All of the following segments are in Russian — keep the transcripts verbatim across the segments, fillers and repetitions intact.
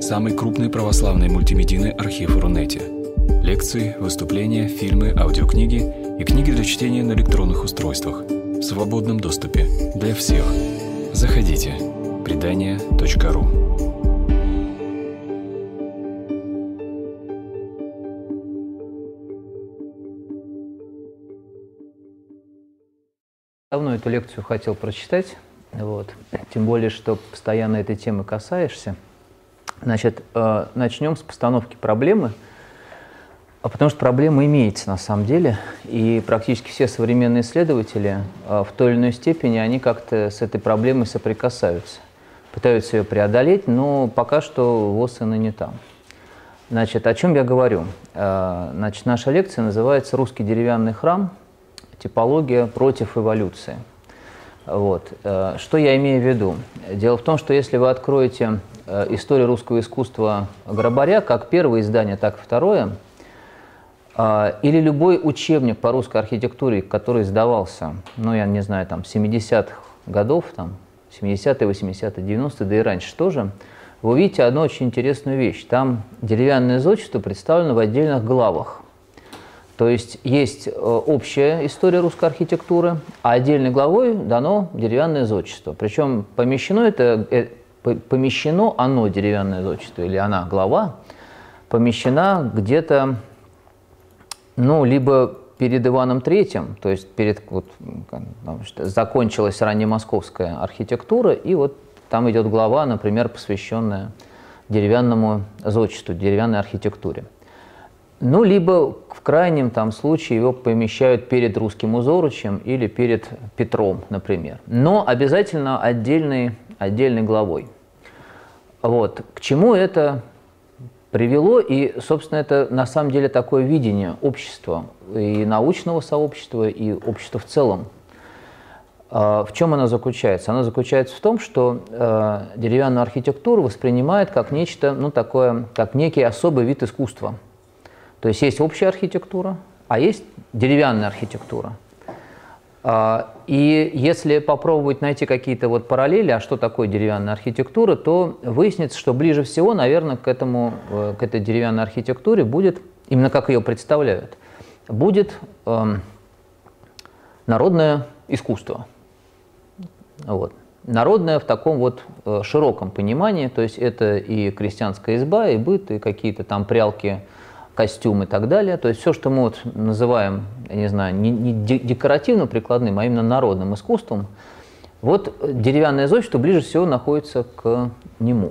самый крупный православный мультимедийный архив Рунете. Лекции, выступления, фильмы, аудиокниги и книги для чтения на электронных устройствах в свободном доступе для всех. Заходите. предания точка ру. Давно эту лекцию хотел прочитать, вот. Тем более, что постоянно этой темы касаешься. Значит, э, начнем с постановки проблемы, потому что проблема имеется на самом деле, и практически все современные исследователи э, в той или иной степени, они как-то с этой проблемой соприкасаются, пытаются ее преодолеть, но пока что ВОС и не там. Значит, о чем я говорю? Э, значит, наша лекция называется «Русский деревянный храм. Типология против эволюции». Вот. Что я имею в виду? Дело в том, что если вы откроете «Историю русского искусства» Грабаря, как первое издание, так и второе, или любой учебник по русской архитектуре, который издавался, ну, я не знаю, там, семидесятых годов, там, семидесятые, восьмидесятые, девяностые, да и раньше тоже, вы увидите одну очень интересную вещь. Там деревянное зодчество представлено в отдельных главах. То есть есть общая история русской архитектуры, а отдельной главой дано деревянное зодчество. Причем помещено, это, помещено оно, деревянное зодчество, или она, глава, помещена где-то, ну, либо перед Иваном Третьим, то есть перед, вот, закончилась раннемосковская архитектура, и вот там идет глава, например, посвященная деревянному зодчеству, деревянной архитектуре. Ну, либо в крайнем там случае его помещают перед Русским Узорычем или перед Петром, например. Но обязательно отдельной, отдельной главой. Вот. К чему это привело? И, собственно, это на самом деле такое видение общества, и научного сообщества, и общества в целом. В чем оно заключается? Оно заключается в том, что э, деревянную архитектуру воспринимают как нечто, ну, такое, как некий особый вид искусства. То есть есть общая архитектура, а есть деревянная архитектура. И если попробовать найти какие-то вот параллели, а что такое деревянная архитектура, то выяснится, что ближе всего, наверное, к, этому, к этой деревянной архитектуре будет, именно как ее представляют, будет э, народное искусство. Вот. Народное в таком вот э, широком понимании, то есть это и крестьянская изба, и быт, и какие-то там прялки, костюм и так далее. То есть все, что мы вот называем, я не знаю, не, не декоративно-прикладным, а именно народным искусством, вот деревянное зодчество ближе всего находится к нему.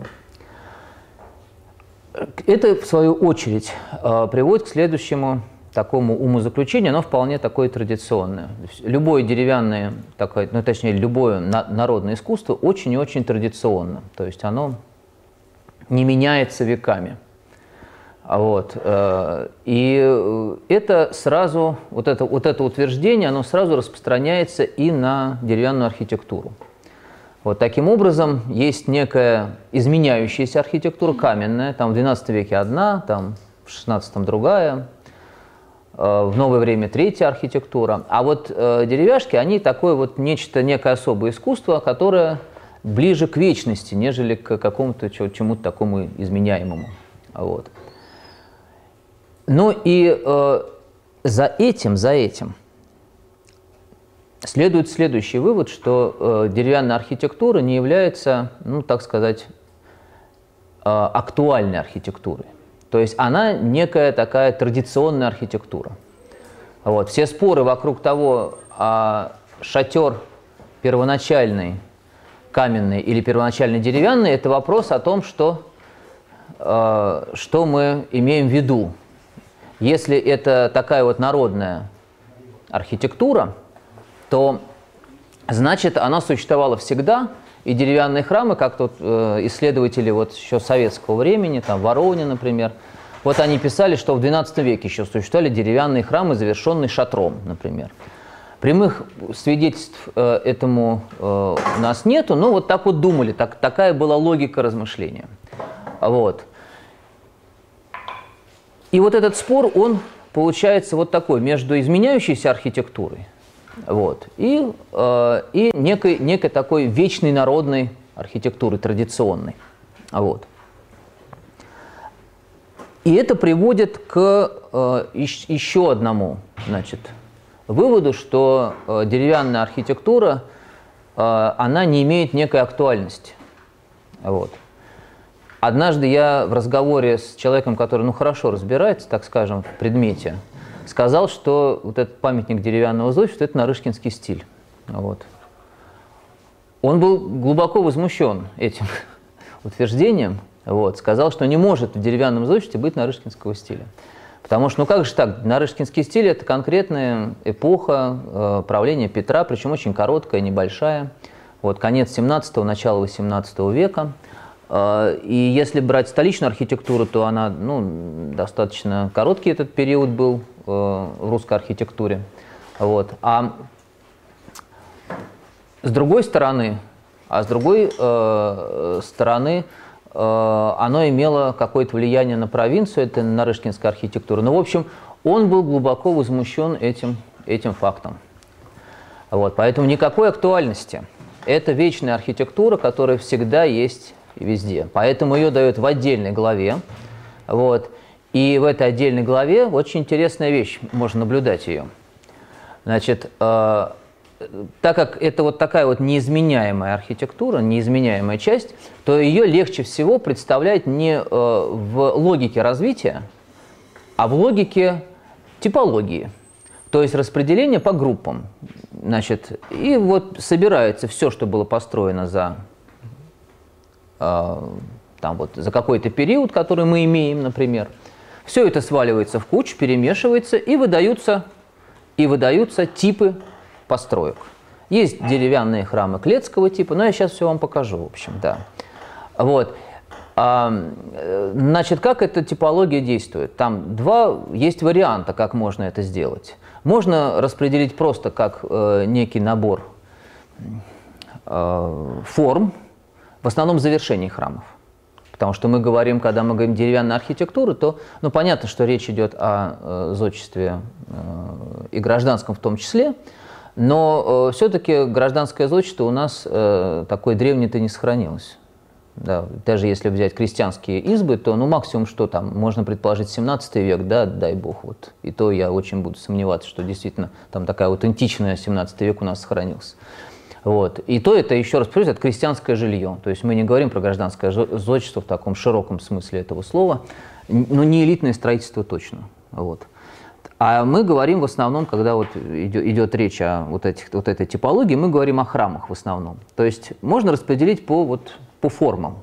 Это, в свою очередь, приводит к следующему такому умозаключению, оно вполне такое традиционное. Любое деревянное, такое, ну, точнее, любое народное искусство очень и очень традиционно. То есть оно не меняется веками. Вот. И это сразу, вот это, вот это утверждение, оно сразу распространяется и на деревянную архитектуру. Вот таким образом, есть некая изменяющаяся архитектура, каменная, там в двенадцатом веке одна, там в шестнадцатом другая, в новое время третья архитектура. А вот деревяшки, они такое вот нечто, некое особое искусство, которое ближе к вечности, нежели к какому-то чему-то такому изменяемому. Вот. Ну и э, за этим, за этим следует следующий вывод, что э, деревянная архитектура не является, ну, так сказать, э, актуальной архитектурой. То есть она некая такая традиционная архитектура. Вот. Все споры вокруг того, а шатер первоначальный каменный или первоначальный деревянный, это вопрос о том, что, э, что мы имеем в виду. Если это такая вот народная архитектура, то значит она существовала всегда, и деревянные храмы, как тут э, исследователи вот еще советского времени, там Воронин, например, вот они писали, что в двенадцатом веке еще существовали деревянные храмы, завершенные шатром, например. Прямых свидетельств э, этому э, у нас нету, но вот так вот думали, так, такая была логика размышления. Вот. И вот этот спор, он получается вот такой, между изменяющейся архитектурой, вот, и, э, и некой, некой такой вечной народной архитектурой, традиционной. Вот. И это приводит к э, еще одному, значит, выводу, что э, деревянная архитектура, э, она не имеет некой актуальности. Вот. Однажды я в разговоре с человеком, который, ну, хорошо разбирается, так скажем, в предмете, сказал, что вот этот памятник деревянного зодчества – это нарышкинский стиль. Вот. Он был глубоко возмущен этим утверждением, вот, сказал, что не может в деревянном зодчестве быть нарышкинского стиля. Потому что, ну как же так, нарышкинский стиль – это конкретная эпоха э, правления Петра, причем очень короткая, небольшая. Вот, конец семнадцатого, начало восемнадцатого века. Э, и если брать столичную архитектуру, то она, ну, достаточно короткий этот период был э, в русской архитектуре. Вот. А с другой стороны, а с другой э, стороны, оно имело какое-то влияние на провинцию, это нарышкинская архитектура. Но, в общем, он был глубоко возмущен этим, этим фактом. Вот, поэтому никакой актуальности. Это вечная архитектура, которая всегда есть везде. Поэтому ее дают в отдельной главе. Вот, и в этой отдельной главе очень интересная вещь, можно наблюдать ее. Значит, э, так как это вот такая вот неизменяемая архитектура, неизменяемая часть, то ее легче всего представлять не э, в логике развития, а в логике типологии, то есть распределение по группам. Значит, и вот собирается все, что было построено за, э, там вот, за какой-то период, который мы имеем, например. Все это сваливается в кучу, перемешивается, и выдаются, и выдаются типы построек. Есть деревянные храмы клетского типа, но я сейчас все вам покажу, в общем, да. Вот. А, значит, как эта типология действует? Там два есть варианта, как можно это сделать. Можно распределить просто как э, некий набор э, форм, в основном завершений храмов. Потому что мы говорим, когда мы говорим деревянная архитектура, то, ну, понятно, что речь идет о э, зодчестве э, и гражданском в том числе. Но э, все-таки гражданское зодчество у нас э, такое древнее-то не сохранилось. Да, даже если взять крестьянские избы, то ну, максимум, что там, можно предположить, семнадцатый век, да, дай бог. Вот. И то я очень буду сомневаться, что действительно там такая аутентичная семнадцатый век у нас сохранился. Вот. И то это, еще раз повторюсь, это крестьянское жилье. То есть мы не говорим про гражданское зодчество в таком широком смысле этого слова, но не элитное строительство точно. Вот. А мы говорим в основном, когда вот идет, идет речь о вот, этих, вот этой типологии, мы говорим о храмах в основном. То есть можно распределить по, вот, по формам.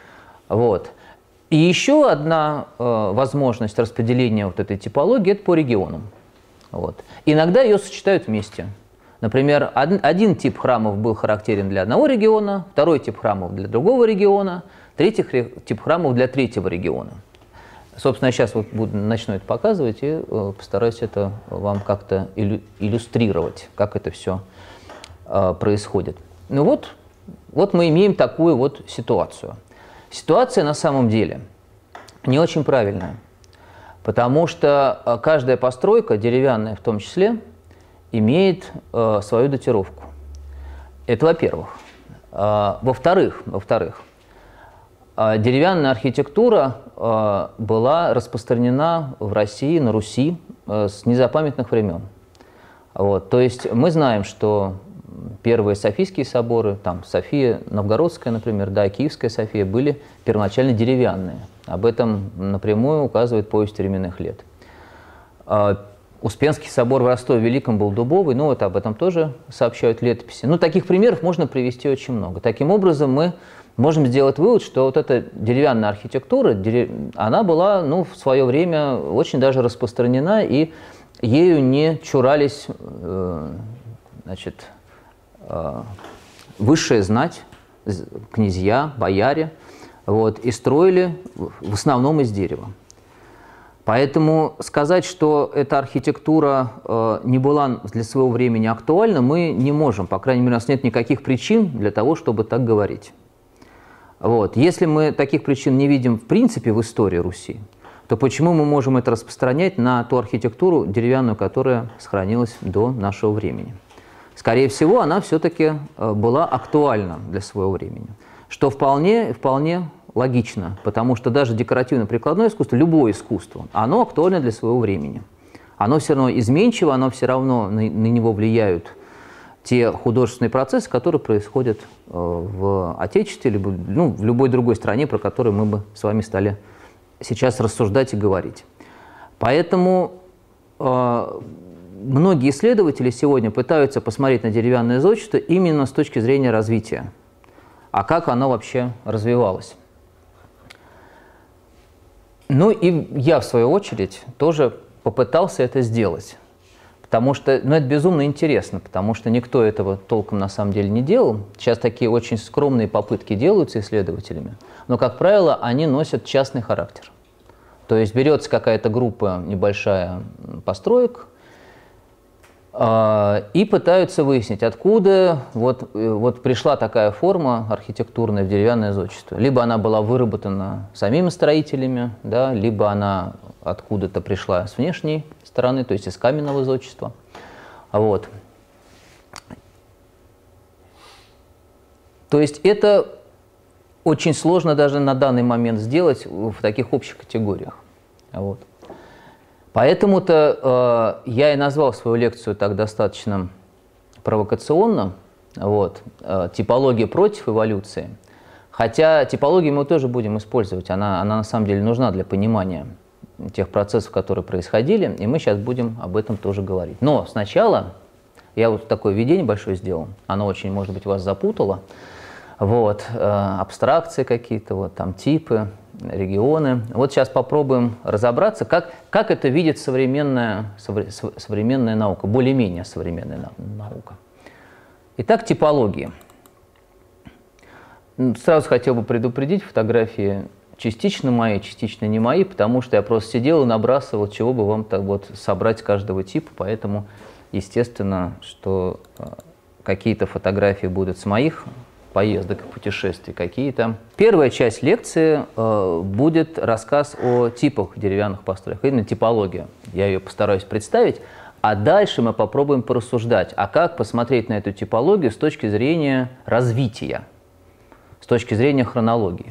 Вот. И еще одна э, возможность распределения вот этой типологии – это по регионам. Вот. Иногда ее сочетают вместе. Например, один, один тип храмов был характерен для одного региона, второй тип храмов для другого региона, третий тип храмов для третьего региона. Собственно, я сейчас вот буду, начну это показывать и э, постараюсь это вам как-то иллю, иллюстрировать, как это все э, происходит. Ну вот, вот мы имеем такую вот ситуацию. Ситуация на самом деле не очень правильная, потому что каждая постройка, деревянная в том числе, имеет э, свою датировку. Это во-первых. Э, во-вторых, во-вторых, деревянная архитектура э, была распространена в России, на Руси э, с незапамятных времен. Вот. То есть мы знаем, что первые Софийские соборы, там София Новгородская, например, да, Киевская София, были первоначально деревянные. Об этом напрямую указывает повесть временных лет. Э, Успенский собор в Ростове Великом был дубовый, но вот об этом тоже сообщают летописи. Ну, таких примеров можно привести очень много. Таким образом, мы можем сделать вывод, что вот эта деревянная архитектура, она была, ну, в свое время очень даже распространена, и ею не чурались, э, значит, э, высшая знать, князья, бояре, вот, и строили в основном из дерева. Поэтому сказать, что эта архитектура э, не была для своего времени актуальна, мы не можем. По крайней мере, у нас нет никаких причин для того, чтобы так говорить. Вот. Если мы таких причин не видим в принципе в истории Руси, то почему мы можем это распространять на ту архитектуру деревянную, которая сохранилась до нашего времени? Скорее всего, она все-таки была актуальна для своего времени, что вполне, вполне логично, потому что даже декоративно-прикладное искусство, любое искусство, оно актуально для своего времени. Оно все равно изменчиво, оно все равно на, на него влияют те художественные процессы, которые происходят э, в Отечестве, либо ну, в любой другой стране, про которую мы бы с вами стали сейчас рассуждать и говорить. Поэтому э, многие исследователи сегодня пытаются посмотреть на деревянное зодчество именно с точки зрения развития. А как оно вообще развивалось? Ну и я, в свою очередь, тоже попытался это сделать. Потому что, ну, это безумно интересно, потому что никто этого толком на самом деле не делал. Сейчас такие очень скромные попытки делаются исследователями, но, как правило, они носят частный характер. То есть берется какая-то группа небольшая построек, и пытаются выяснить, откуда вот, вот пришла такая форма архитектурная в деревянное зодчество. Либо она была выработана самими строителями, да, либо она откуда-то пришла с внешней стороны, то есть из каменного зодчества. Вот. То есть это очень сложно даже на данный момент сделать в таких общих категориях. Вот. Поэтому-то э, я и назвал свою лекцию так достаточно провокационно, вот, э, «Типология против эволюции». Хотя типологию мы тоже будем использовать, она, она на самом деле нужна для понимания тех процессов, которые происходили, и мы сейчас будем об этом тоже говорить. Но сначала я вот такое введение большое сделал, оно очень, может быть, вас запутало. Вот, э, абстракции какие-то, вот, там, типы, регионы. Вот сейчас попробуем разобраться, как, как это видит современная, современная наука, более-менее современная наука. Итак, типология. Сразу хотел бы предупредить, фотографии частично мои, частично не мои, потому что я просто сидел и набрасывал, чего бы вам так вот собрать каждого типа, поэтому, естественно, что какие-то фотографии будут с моих поездок и путешествий какие-то. Первая часть лекции э, будет рассказ о типах деревянных построек, именно типология. Я ее постараюсь представить, а дальше мы попробуем порассуждать, а как посмотреть на эту типологию с точки зрения развития, с точки зрения хронологии.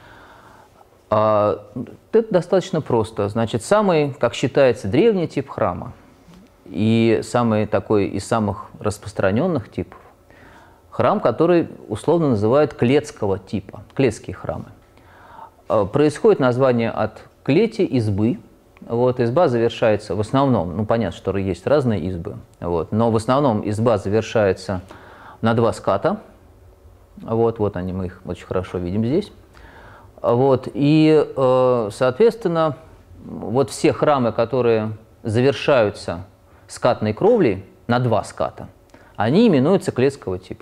Э, это достаточно просто. Значит, самый, как считается, древний тип храма и самый такой из самых распространенных типов храм, который условно называют клетского типа, клетские храмы. Происходит название от клети, избы. Вот, изба завершается в основном, ну понятно, что есть разные избы, вот, но в основном изба завершается на два ската. Вот, вот они, мы их очень хорошо видим здесь. Вот, и, соответственно, вот все храмы, которые завершаются скатной кровлей на два ската, они именуются клетского типа.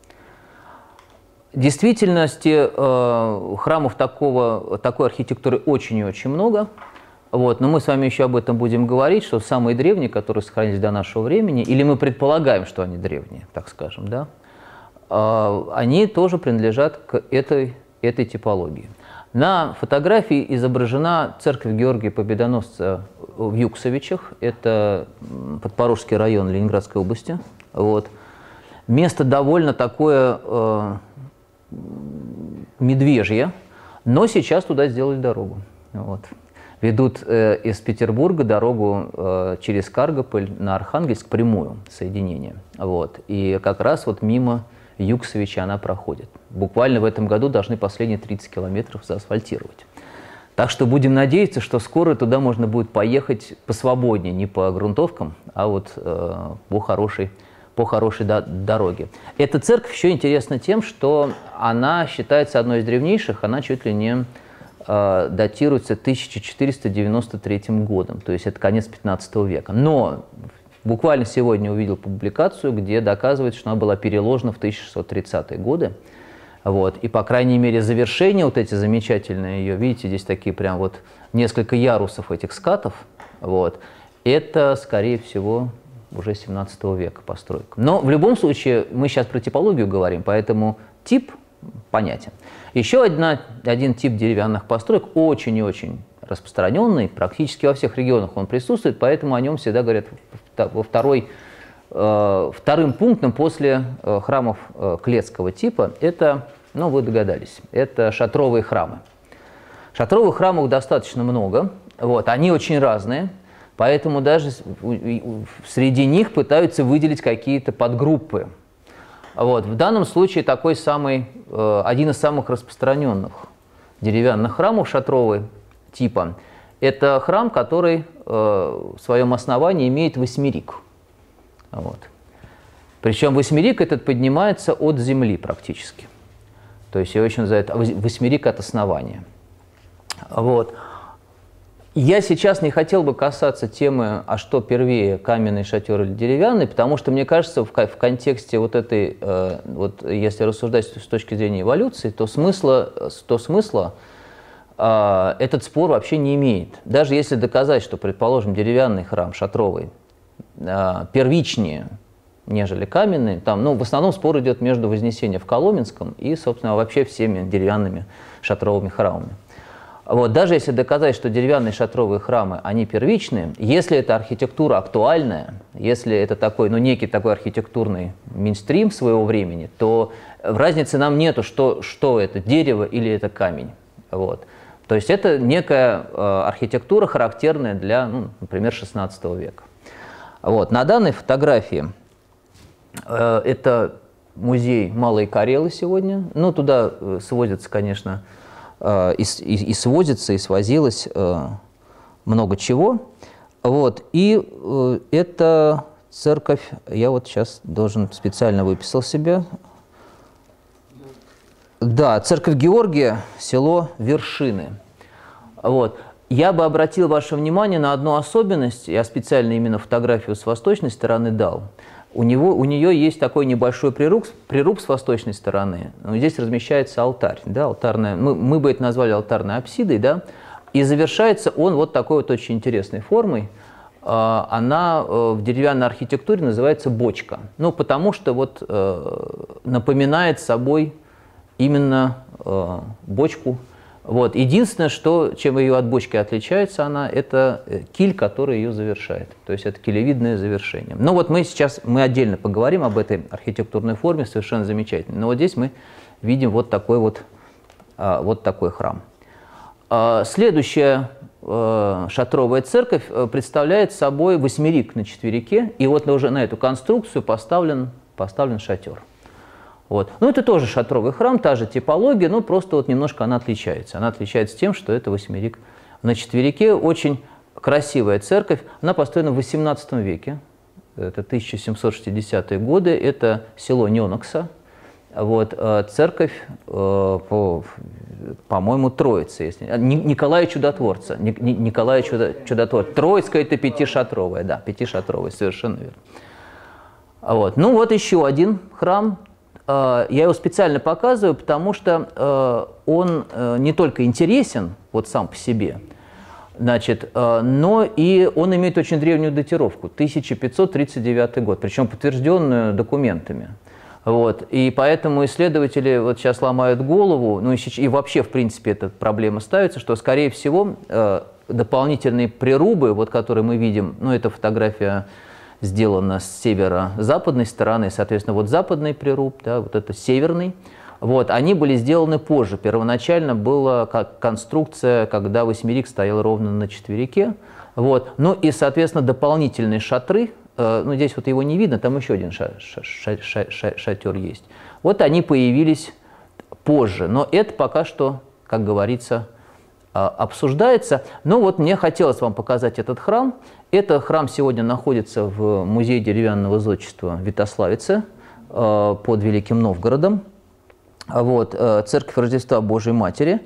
В действительности э, храмов такого, такой архитектуры очень и очень много, вот, но мы с вами еще об этом будем говорить, что самые древние, которые сохранились до нашего времени, или мы предполагаем, что они древние, так скажем, да, э, они тоже принадлежат к этой, этой типологии. На фотографии изображена церковь Георгия Победоносца в Юксовичах, это Подпорожский район Ленинградской области. Вот. Место довольно такое э, медвежье, но сейчас туда сделали дорогу. Вот. Ведут э, из Петербурга дорогу э, через Каргополь на Архангельск прямую соединение. Вот. И как раз вот мимо Юксовича она проходит. Буквально в этом году должны последние тридцать километров заасфальтировать. Так что будем надеяться, что скоро туда можно будет поехать посвободнее, не по грунтовкам, а вот э, по хорошей по хорошей дороге. Эта церковь еще интересна тем, что она считается одной из древнейших, она чуть ли не э, датируется тысяча четыреста девяносто третьим годом, то есть это конец пятнадцатого века. Но буквально сегодня увидел публикацию, где доказывается, что она была переложена в тысяча шестьсот тридцатые годы. Вот. И, по крайней мере, завершение, вот эти замечательные ее, видите, здесь такие прям вот несколько ярусов этих скатов, вот, это, скорее всего, уже семнадцатого века постройка. Но в любом случае мы сейчас про типологию говорим, поэтому тип понятен. Еще одна, один тип деревянных построек очень и очень распространенный, практически во всех регионах он присутствует, поэтому о нем всегда говорят во второй, э, вторым пунктом после э, храмов э, клетского типа. Это, ну вы догадались, это шатровые храмы. Шатровых храмов достаточно много, вот, они очень разные, поэтому даже среди них пытаются выделить какие-то подгруппы. Вот, в данном случае такой самый, один из самых распространенных деревянных храмов шатрового типа – это храм, который в своем основании имеет восьмерик. Вот. Причем восьмерик этот поднимается от земли практически. То есть его еще называют восьмерик от основания. Вот. Я сейчас не хотел бы касаться темы, а что первее, каменный шатер или деревянный, потому что, мне кажется, в, в контексте вот этой, э, вот, если рассуждать с точки зрения эволюции, то смысла, то смысла э, этот спор вообще не имеет. Даже если доказать, что, предположим, деревянный храм шатровый э, первичнее, нежели каменный, там, ну, в основном спор идет между Вознесением в Коломенском и, собственно, вообще всеми деревянными шатровыми храмами. Вот, даже если доказать, что деревянные шатровые храмы, они первичные, если эта архитектура актуальная, если это такой, ну, некий такой архитектурный мейнстрим своего времени, то в разнице нам нету, что, что это, дерево или это камень. Вот. То есть это некая э, архитектура, характерная для, ну, например, шестнадцатого века. Вот. На данной фотографии э, это музей Малой Карелы сегодня. Ну, туда э, сводятся, конечно, И, и, и свозится, и свозилось э, много чего. Вот. И э, эта церковь, я вот сейчас должен, специально выписал себе. Да, церковь Георгия, село Вершины. Вот. Я бы обратил ваше внимание на одну особенность, я специально именно фотографию с восточной стороны дал. У, него, у нее есть такой небольшой прируб, прируб с восточной стороны. Здесь размещается алтарь. Да, алтарная, мы, мы бы это назвали алтарной апсидой. Да, и завершается он вот такой вот очень интересной формой. Она в деревянной архитектуре называется бочка. Ну, потому что вот напоминает собой именно бочку. Вот. Единственное, что, чем ее от бочки отличается она, это киль, который ее завершает. То есть это килевидное завершение. Но вот мы сейчас мы отдельно поговорим об этой архитектурной форме, совершенно замечательно. Но вот здесь мы видим вот такой вот, вот такой храм. Следующая шатровая церковь представляет собой восьмерик на четверике. И вот уже на эту конструкцию поставлен, поставлен шатер. Вот. Ну, это тоже шатровый храм, та же типология, но просто вот немножко она отличается. Она отличается тем, что это восьмерик на четверике. Очень красивая церковь. Она построена в восемнадцатом веке. Это тысяча семьсот шестидесятые годы. Это село Ненокса. Вот. Церковь, по, по-моему, Троица. Если... Николая Чудотворца. Николая Чудотворца. Троицкая – это пятишатровая. Да, пятишатровая, совершенно верно. Вот. Ну, вот еще один храм. Я его специально показываю, потому что он не только интересен вот сам по себе, значит, но и он имеет очень древнюю датировку, тысяча пятьсот тридцать девятый год, причем подтвержденную документами. Вот. И поэтому исследователи вот сейчас ломают голову, ну и, и вообще, в принципе, эта проблема ставится, что, скорее всего, дополнительные прирубы, вот, которые мы видим, ну, это фотография сделана с северо-западной стороны, соответственно, вот западный прируб, да, вот это северный, вот, они были сделаны позже. Первоначально была как конструкция, когда восьмерик стоял ровно на четверике, вот, ну и, соответственно, дополнительные шатры, э, ну, здесь вот его не видно, там еще один ша ша ша ша ша шатер есть. Вот они появились позже, но это пока что, как говорится, обсуждается. Но вот мне хотелось вам показать этот храм. Этот храм сегодня находится в музее деревянного зодчества в Витославице под Великим Новгородом. Вот, церковь Рождества Божией Матери.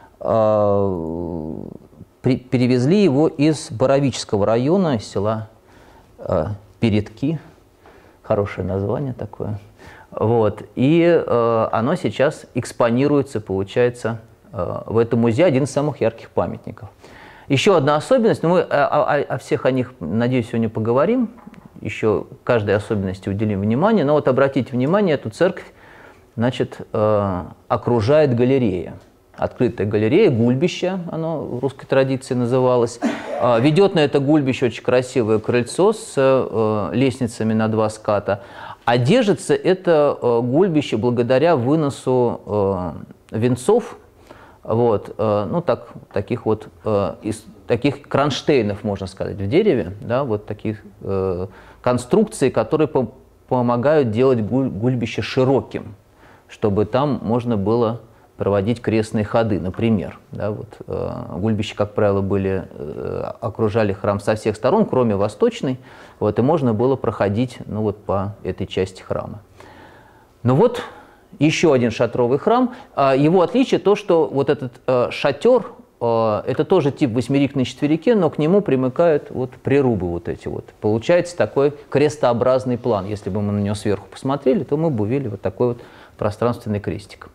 Перевезли его из Боровического района, из села Передки. Хорошее название такое. Вот, и оно сейчас экспонируется, получается, в этом музее, один из самых ярких памятников. Еще одна особенность, но мы о, о, о всех о них, надеюсь, сегодня поговорим, еще каждой особенности уделим внимание, но вот обратите внимание, эту церковь, значит, э, окружает галерея, открытая галерея, гульбище, оно в русской традиции называлось. Э, ведет на это гульбище очень красивое крыльцо с э, лестницами на два ската, а держится это э, гульбище благодаря выносу э, венцов Вот, ну, так, таких вот, из таких кронштейнов, можно сказать, в дереве, да, вот таких э, конструкций, которые по помогают делать гуль гульбище широким, чтобы там можно было проводить крестные ходы, например. Да, вот, э, гульбища, как правило, были, э, окружали храм со всех сторон, кроме восточной, вот, и можно было проходить, ну, вот, по этой части храма. Ну вот, еще один шатровый храм. Его отличие то, что вот этот э, шатер, э, это тоже тип восьмерик на четверике, но к нему примыкают вот прирубы вот эти вот. Получается такой крестообразный план. Если бы мы на него сверху посмотрели, то мы бы увидели вот такой вот пространственный крестик.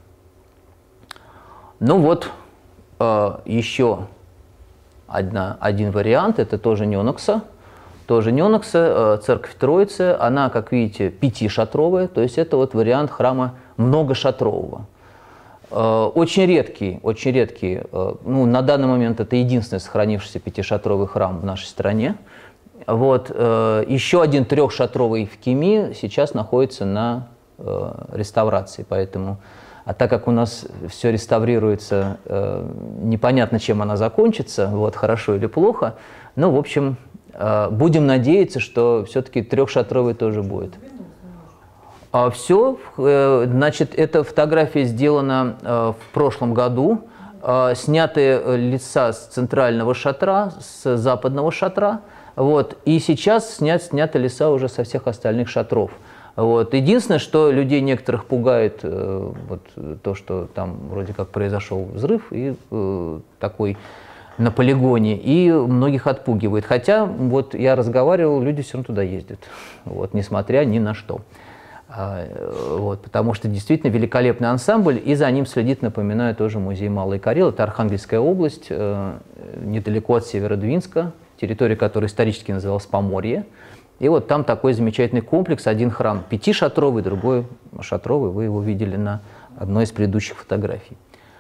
Ну вот, э, еще одна, один вариант, это тоже Ненокса. Тоже Ненокса, церковь Троицы, она, как видите, пятишатровая, то есть это вот вариант храма многошатрового. Очень редкий, очень редкий, ну, на данный момент это единственный сохранившийся пятишатровый храм в нашей стране. Вот, еще один трехшатровый в Кеми сейчас находится на реставрации, поэтому, а так как у нас все реставрируется, непонятно, чем она закончится, вот, хорошо или плохо, ну, в общем, будем надеяться, что все-таки трехшатровый тоже будет. А все, значит, эта фотография сделана в прошлом году. Сняты лица с центрального шатра, с западного шатра. Вот, и сейчас снят, сняты лица уже со всех остальных шатров. Вот. Единственное, что людей некоторых пугает, вот, то, что там вроде как произошел взрыв и э, такой... на полигоне, и многих отпугивает. Хотя, вот я разговаривал, люди все равно туда ездят, вот, несмотря ни на что. А, вот, потому что действительно великолепный ансамбль, и за ним следит, напоминаю, тоже музей Малой Карелы. Это Архангельская область, э, недалеко от Северодвинска, территория, которая исторически называлась Поморье. И вот там такой замечательный комплекс, один храм пятишатровый, другой шатровый, вы его видели на одной из предыдущих фотографий.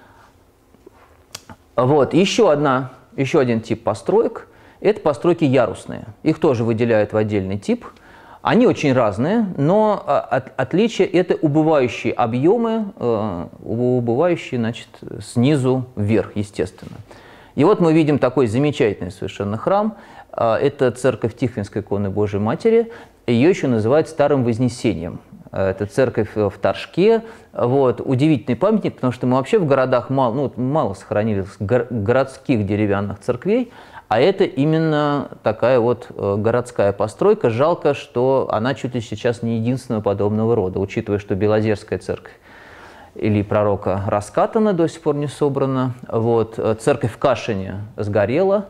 Вот, еще, одна, еще один тип построек – это постройки ярусные. Их тоже выделяют в отдельный тип. Они очень разные, но от, отличие – это убывающие объемы, э, убывающие, значит, снизу вверх, естественно. И вот мы видим такой замечательный совершенно храм. Э, это церковь Тихвинской иконы Божией Матери. Ее еще называют Старым Вознесением. Это церковь в Торжке. Вот. Удивительный памятник, потому что мы вообще в городах мало, ну, мало сохранились городских деревянных церквей, а это именно такая вот городская постройка. Жалко, что она чуть ли сейчас не единственного подобного рода, учитывая, что Белозерская церковь Илии Пророка раскатана, до сих пор не собрана. Вот. Церковь в Кашине сгорела.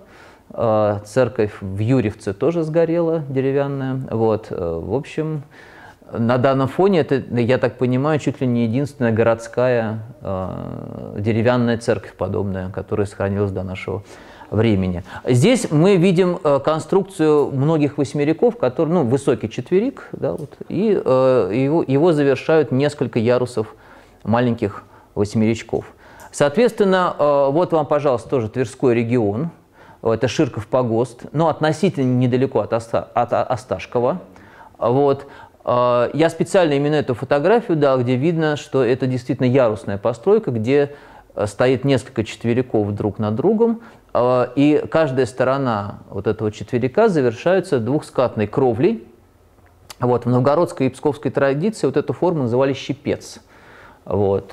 Церковь в Юрьевце тоже сгорела, деревянная. Вот. В общем... На данном фоне это, я так понимаю, чуть ли не единственная городская э, деревянная церковь подобная, которая сохранилась до нашего времени. Здесь мы видим э, конструкцию многих восьмериков, который, ну, высокий четверик, да, вот, и э, его, его завершают несколько ярусов маленьких восьмеричков. Соответственно, э, вот вам, пожалуйста, тоже Тверской регион, это Ширков погост, но относительно недалеко от, Оста, от Осташкова. Вот. Я специально именно эту фотографию дал, где видно, что это действительно ярусная постройка, где стоит несколько четвериков друг над другом, и каждая сторона вот этого четверика завершается двухскатной кровлей. Вот, в новгородской и псковской традиции вот эту форму называли щепец. Вот.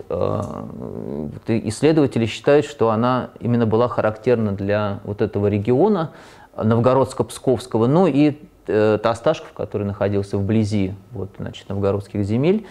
Исследователи считают, что она именно была характерна для вот этого региона новгородско-псковского, ну и Осташков, который находился вблизи вот, значит, новгородских земель,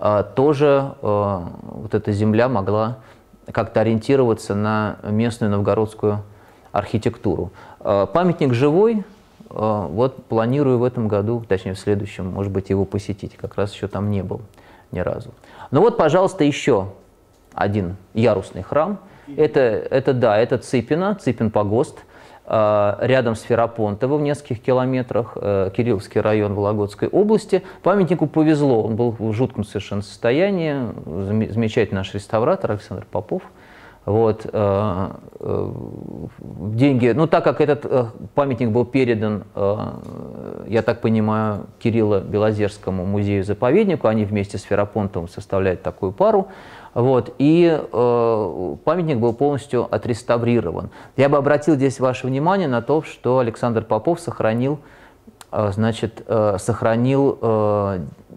тоже вот эта земля могла как-то ориентироваться на местную новгородскую архитектуру. Памятник живой, вот планирую в этом году, точнее в следующем, может быть, его посетить, как раз еще там не был ни разу. Ну вот, пожалуйста, еще один ярусный храм. Это, это да, это Цыпино, Цыпин погост. Рядом с Ферапонтово в нескольких километрах, Кирилловский район Вологодской области. Памятнику повезло, он был в жутком совершенно состоянии, замечательный наш реставратор Александр Попов Вот, э, э, деньги, ну так как этот э, памятник был передан, э, я так понимаю, Кирилло-Белозерскому музею-заповеднику, они вместе с Ферапонтовым составляют такую пару, вот, и э, памятник был полностью отреставрирован. Я бы обратил здесь ваше внимание на то, что Александр Попов сохранил, э, значит, э, сохранил э,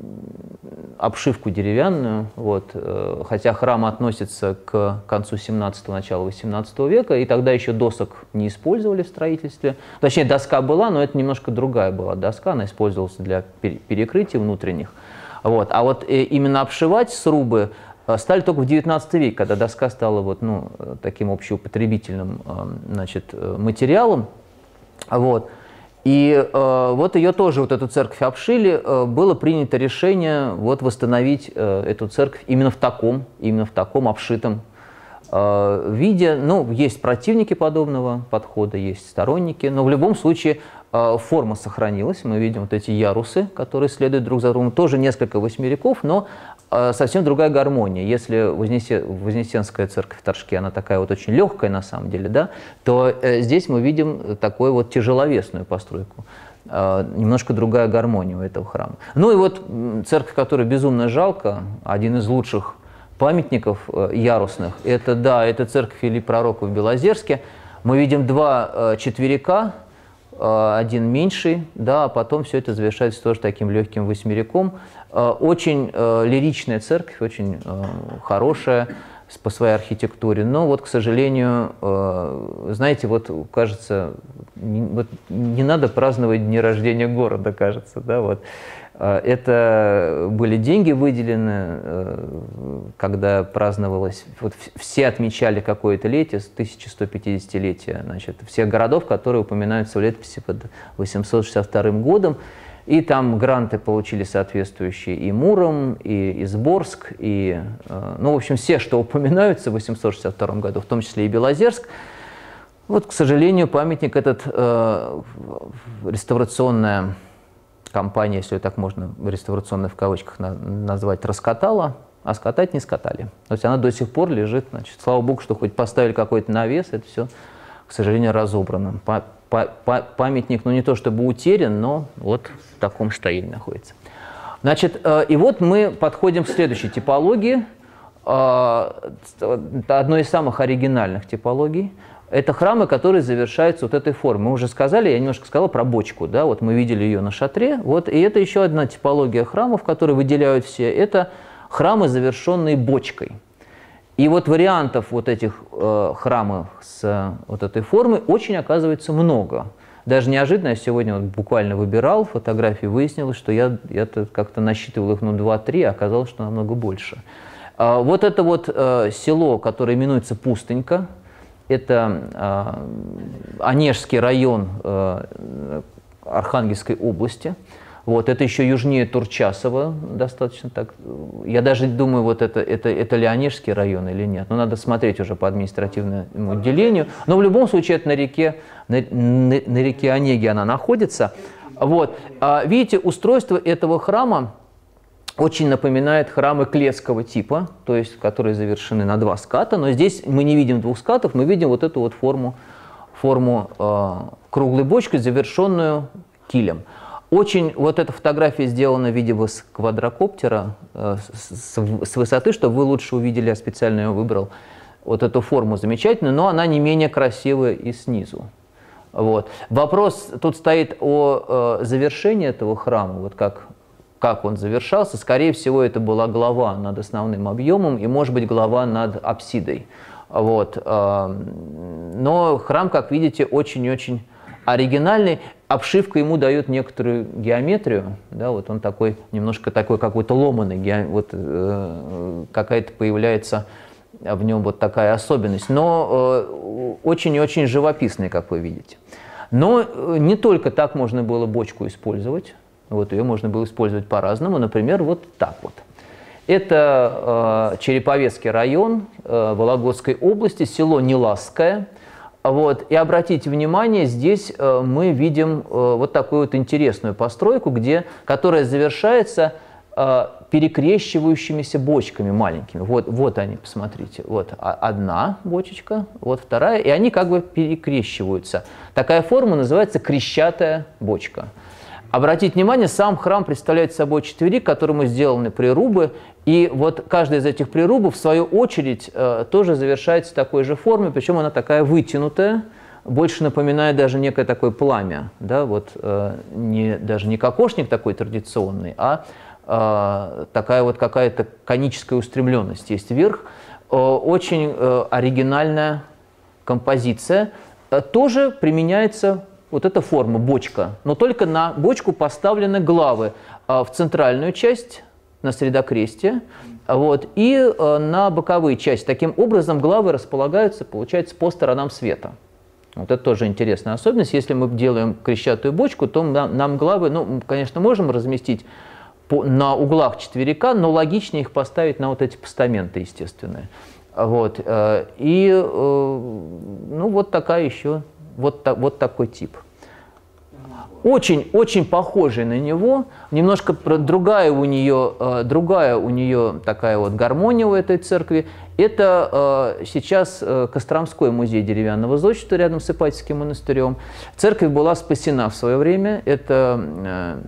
обшивку деревянную, вот, э, хотя храм относится к концу семнадцатого, началу восемнадцатого века, и тогда еще досок не использовали в строительстве. Точнее, доска была, но это немножко другая была доска, она использовалась для перекрытий внутренних. Вот. А вот э, именно обшивать срубы стали только в девятнадцатом веке, когда доска стала вот, ну, таким общеупотребительным, значит, материалом. Вот. И э, вот ее тоже, вот эту церковь обшили, э, было принято решение вот восстановить э, эту церковь именно в таком, именно в таком обшитом э, виде. Ну, есть противники подобного подхода, есть сторонники, но в любом случае э, форма сохранилась. Мы видим вот эти ярусы, которые следуют друг за другом, тоже несколько восьмериков, но э, совсем другая гармония. Если Вознесе, Вознесенская церковь в Торжке, она такая вот очень легкая на самом деле, да, то э, здесь мы видим такую вот тяжеловесную постройку. Э, немножко другая гармония у этого храма. Ну и вот церковь, которую безумно жалко, один из лучших памятников э, ярусных, это, да, это церковь Ильи Пророка в Белозерске. Мы видим два э, четверика, э, один меньший, да, а потом все это завершается тоже таким легким восьмериком. Э, очень э, лиричная церковь, очень э, хорошая по своей архитектуре, но вот, к сожалению, э, знаете, вот кажется, не, вот, не надо праздновать дни рождения города, кажется, да, вот. Это были деньги выделены, когда праздновалось, вот все отмечали какое-то летие, тысяча сто пятидесятилетие, значит, всех городов, которые упоминаются в летописи под восемьсот шестьдесят вторым годом. И там гранты получили соответствующие и Муром, и Изборск, и, ну, в общем, все, что упоминаются в восемьсот шестьдесят втором году, в том числе и Белозерск. Вот, к сожалению, памятник этот, э, реставрационная компания, если так можно, реставрационная в кавычках на, назвать, раскатала, а скатать не скатали. То есть она до сих пор лежит, значит, слава богу, что хоть поставили какой-то навес, это все, к сожалению, разобрано. Па па па памятник, ну не то чтобы утерян, но вот в таком состоянии находится. Значит, э, и вот мы подходим к следующей типологии, э, одной из самых оригинальных типологий. Это храмы, которые завершаются вот этой формой. Мы уже сказали, я немножко сказала про бочку, да, вот мы видели ее на шатре. Вот, и это еще одна типология храмов, которые выделяют все. Это храмы, завершенные бочкой. И вот вариантов вот этих э, храмов с э, вот этой формой очень, оказывается, много. Даже неожиданно, я сегодня вот буквально выбирал фотографии, выяснилось, что я, я как-то насчитывал их, ну, два-три, а оказалось, что намного больше. Э, вот это вот э, село, которое именуется Пустынька, это э, Онежский район э, Архангельской области. Вот, это еще южнее Турчасова достаточно так. Я даже думаю, вот это, это, это ли Онежский район или нет. Но надо смотреть уже по административному отделению. Но в любом случае это на реке, на, на, на реке Онеги она находится. Вот. А, видите, устройство этого храма очень напоминает храмы клетского типа, то есть которые завершены на два ската, но здесь мы не видим двух скатов, мы видим вот эту вот форму, форму э, круглой бочки, завершенную килем. Очень вот эта фотография сделана, видимо, с квадрокоптера, э, с, с высоты, чтобы вы лучше увидели, я специально ее выбрал, вот эту форму замечательную, но она не менее красивая и снизу. Вот. Вопрос тут стоит о э, завершении этого храма, вот как как он завершался. Скорее всего, это была глава над основным объемом и, может быть, глава над апсидой. Вот. Но храм, как видите, очень-очень оригинальный. Обшивка ему дает некоторую геометрию. Да, вот он такой, немножко такой какой-то ломаный. Вот, какая-то появляется в нем вот такая особенность. Но очень-очень живописный, как вы видите. Но не только так можно было бочку использовать. Вот ее можно было использовать по-разному, например, вот так вот. Это э, Череповецкий район э, Вологодской области, село Неласское. Вот. И обратите внимание, здесь э, мы видим э, вот такую вот интересную постройку, где, которая завершается перекрещивающимися бочками маленькими. Вот, вот они, посмотрите. Вот одна бочечка, вот вторая, и они как бы перекрещиваются. Такая форма называется крещатая бочка. Обратите внимание, сам храм представляет собой четверик, которому сделаны прирубы, и вот каждый из этих прирубов, в свою очередь, тоже завершается такой же формой, причем она такая вытянутая, больше напоминает даже некое такое пламя, да, вот не, даже не кокошник такой традиционный, а такая вот какая-то коническая устремленность есть вверх. Очень оригинальная композиция. Тоже применяется вот эта форма, бочка, но только на бочку поставлены главы в центральную часть, на средокрестие, вот, и на боковые части. Таким образом, главы располагаются, получается, по сторонам света. Вот это тоже интересная особенность. Если мы делаем крещатую бочку, то нам, нам главы, ну, конечно, можем разместить по, на углах четверика, но логичнее их поставить на вот эти постаменты естественные. Вот, и, ну, вот такая еще, вот, вот такой тип. Очень-очень похожий на него, немножко другая у нее, другая у нее такая вот гармония у этой церкви. Это сейчас Костромской музей деревянного зодчества рядом с Ипатьевским монастырем. Церковь была спасена в свое время. Это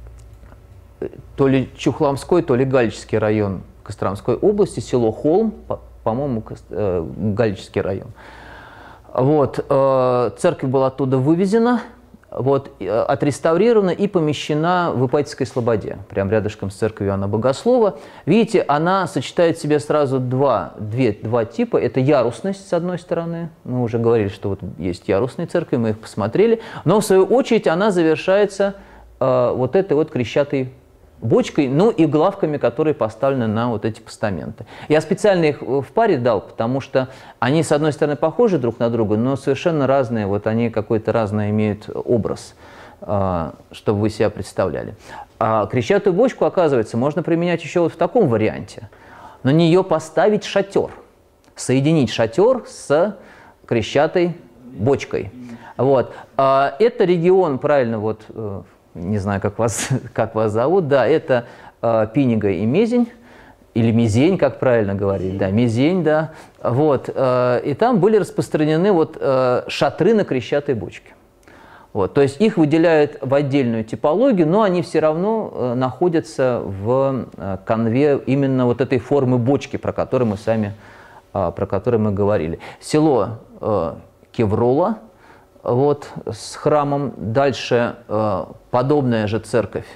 то ли Чухломской, то ли Галичский район Костромской области, село Холм, по-моему, Галичский район. Вот, церковь была оттуда вывезена, вот, отреставрирована и помещена в Ипатьевской Слободе, прямо рядышком с церковью Иоанна Богослова. Видите, она сочетает в себе сразу два, две, два типа. Это ярусность, с одной стороны. Мы уже говорили, что вот есть ярусные церкви, мы их посмотрели. Но, в свою очередь, она завершается э, вот этой вот крещатой бочкой, ну и главками, которые поставлены на вот эти постаменты. Я специально их в паре дал, потому что они, с одной стороны, похожи друг на друга, но совершенно разные, вот они какой-то разный имеют образ, чтобы вы себя представляли. А крещатую бочку, оказывается, можно применять еще вот в таком варианте. На нее поставить шатер, соединить шатер с крещатой бочкой. Вот. Это регион, правильно, вот... Не знаю, как вас, как вас зовут. Да, это э, Пинига и Мезень, или Мезень, как правильно говорить. Да, Мезень, да. Вот, э, и там были распространены вот, э, шатры на крещатой бочке. Вот, то есть их выделяют в отдельную типологию, но они все равно э, находятся в э, канве именно вот этой формы бочки, про которую мы сами э, про которую мы говорили. Село э, Кеврола. Вот, с храмом. Дальше э, подобная же церковь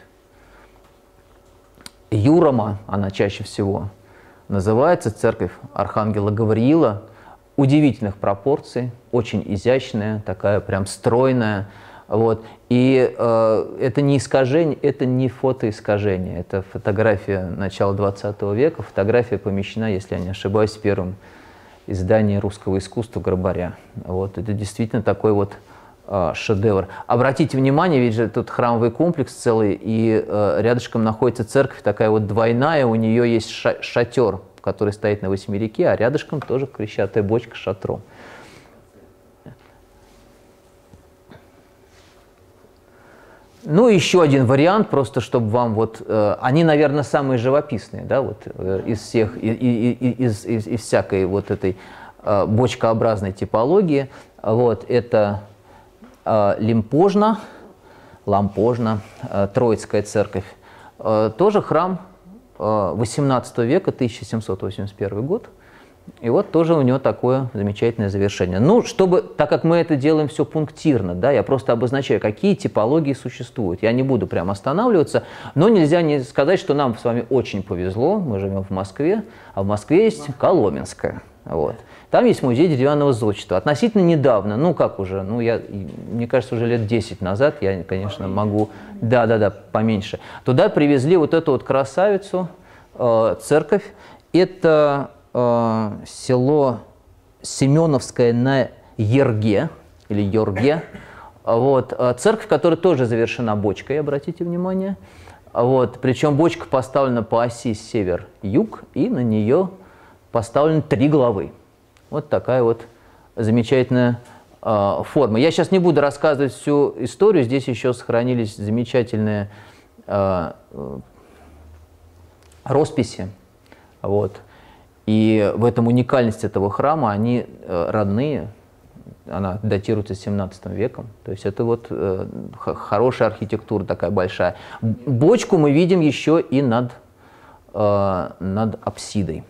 Юрома, она чаще всего называется, церковь Архангела Гавриила, удивительных пропорций, очень изящная, такая прям стройная. Вот. И э, это не искажение, это не фотоискажение, это фотография начала двадцатого века, фотография помещена, если я не ошибаюсь, первым издание русского искусства Грабаря. Вот, это действительно такой вот э, шедевр. Обратите внимание, ведь же тут храмовый комплекс целый, и э, рядышком находится церковь такая вот двойная, у нее есть ша шатер, который стоит на восьмереке, а рядышком тоже крещатая бочка с шатром. Ну, еще один вариант, просто чтобы вам вот... Э, они, наверное, самые живописные, да, вот, э, из всех, и, и, и, из, из, из всякой вот этой э, бочкообразной типологии. Вот, это э, Лимпожна, Лампожна, э, Троицкая церковь. Э, тоже храм э, восемнадцатого века, тысяча семьсот восемьдесят первый год. И вот тоже у него такое замечательное завершение. Ну, чтобы, так как мы это делаем все пунктирно, да, я просто обозначаю, какие типологии существуют. Я не буду прям останавливаться, но нельзя не сказать, что нам с вами очень повезло. Мы живем в Москве, а в Москве есть Коломенская. Вот. Там есть музей деревянного зодчества. Относительно недавно, ну как уже, ну я, мне кажется, уже лет десять назад, я, конечно, могу, да-да-да, поменьше. Туда привезли вот эту вот красавицу, э, церковь. Это... село Семеновское на Ерге, или Йорге. Вот. Церковь, которая тоже завершена бочкой, обратите внимание. Вот. Причем бочка поставлена по оси север-юг, и на нее поставлены три главы. Вот такая вот замечательная э, форма. Я сейчас не буду рассказывать всю историю, здесь еще сохранились замечательные э, росписи. Вот. И в этом уникальность этого храма, они родные, она датируется семнадцатым веком. То есть это вот э, хорошая архитектура такая большая. Бочку мы видим еще и над, э, над апсидой.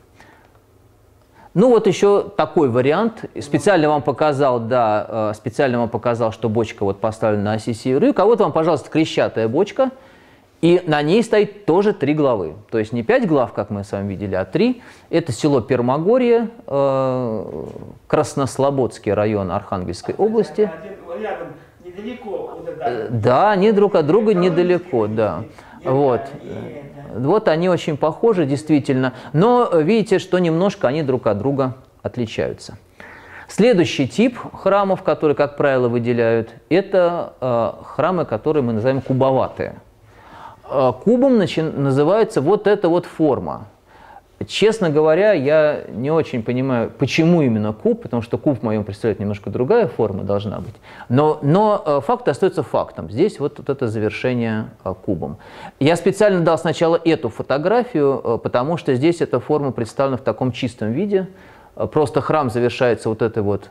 Ну вот еще такой вариант. Специально вам показал, да, э, специально вам показал, что бочка вот поставлена на оси севера и юга. А вот вам, пожалуйста, крещатая бочка. И на ней стоит тоже три главы. То есть не пять глав, как мы с вами видели, а три. Это село Пермогорье, э, Краснослободский район Архангельской области. Рядом, недалеко. Вот это. Да, они друг от друга недалеко, да. Вот. Вот они очень похожи, действительно. Но видите, что немножко они друг от друга отличаются. Следующий тип храмов, которые, как правило, выделяют, это э, храмы, которые мы называем кубоватые. Кубом называется вот эта вот форма. Честно говоря, я не очень понимаю, почему именно куб, потому что куб в моем представлении немножко другая форма должна быть. Но, но факт остается фактом. Здесь вот, вот это завершение кубом. Я специально дал сначала эту фотографию, потому что здесь эта форма представлена в таком чистом виде. Просто храм завершается вот этой вот,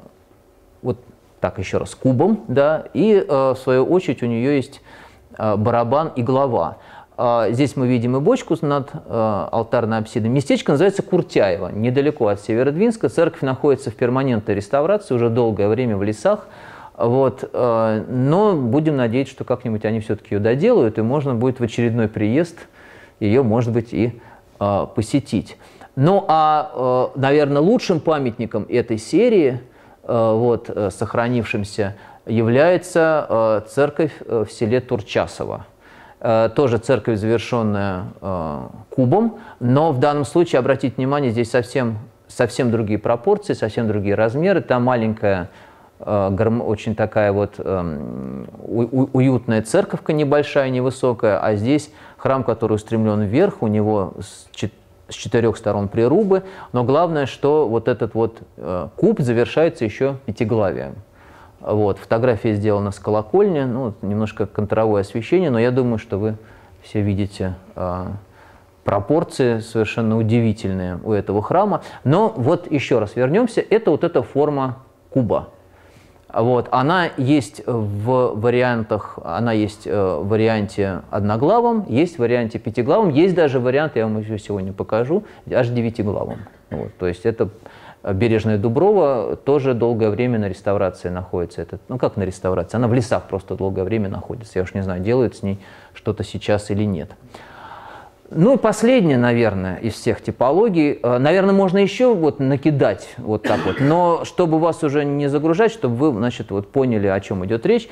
вот так еще раз, кубом, да, и в свою очередь у нее есть барабан и глава. Здесь мы видим и бочку над алтарной апсидой. Местечко называется Куртяево, недалеко от Северодвинска. Церковь находится в перманентной реставрации уже долгое время в лесах. Вот. Но будем надеяться, что как-нибудь они все-таки ее доделают, и можно будет в очередной приезд ее, может быть, и посетить. Ну а, наверное, лучшим памятником этой серии, вот, сохранившимся, является э, церковь э, в селе Турчасово. Э, тоже церковь, завершенная э, кубом, но в данном случае, обратите внимание, здесь совсем, совсем другие пропорции, совсем другие размеры. Там маленькая, э, гром, очень такая вот э, у, уютная церковка, небольшая, невысокая, а здесь храм, который устремлен вверх, у него с, с четырех сторон прирубы, но главное, что вот этот вот э, куб завершается еще пятиглавием. Вот, фотография сделана с колокольни, ну, немножко контровое освещение, но я думаю, что вы все видите э, пропорции совершенно удивительные у этого храма. Но вот еще раз вернемся, это вот эта форма куба. Вот, она есть в вариантах, она есть в варианте одноглавом, есть в варианте пятиглавом, есть даже вариант, я вам еще сегодня покажу, аж девятиглавом. Вот, то есть это Бережная Дуброва тоже долгое время на реставрации находится. Это, ну как на реставрации? Она в лесах просто долгое время находится. Я уж не знаю, делают с ней что-то сейчас или нет. Ну и последнее, наверное, из всех типологий. Наверное, можно еще вот накидать вот так вот. Но чтобы вас уже не загружать, чтобы вы, значит, вот поняли, о чем идет речь,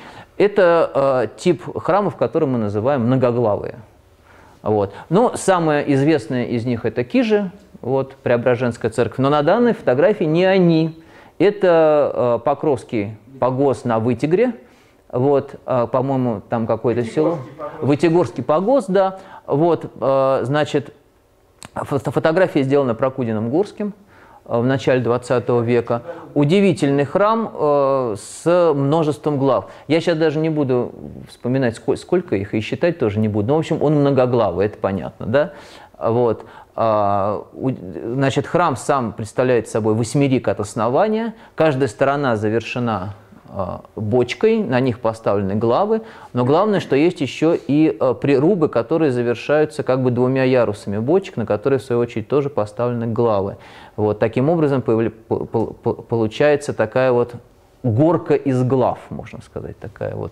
это э, тип храмов, который мы называем многоглавые. Вот. Но самое известное из них это Кижи. Вот, Преображенская церковь. Но на данной фотографии не они. Это э, Покровский погост на Вытегре. Вот, э, по-моему, там какое-то село. Вытегорский погост, да. Вот, э, значит, фото фотография сделана Прокудиным Гурским э, в начале двадцатого века. Удивительный храм э, с множеством глав. Я сейчас даже не буду вспоминать, сколько, сколько их, и считать тоже не буду. Но, в общем, он многоглавый, это понятно, да. Вот. Значит, храм сам представляет собой восьмерик от основания, каждая сторона завершена бочкой, на них поставлены главы, но главное, что есть еще и прирубы, которые завершаются как бы двумя ярусами бочек, на которые, в свою очередь, тоже поставлены главы. Вот. Таким образом, получается такая вот горка из глав, можно сказать, такая вот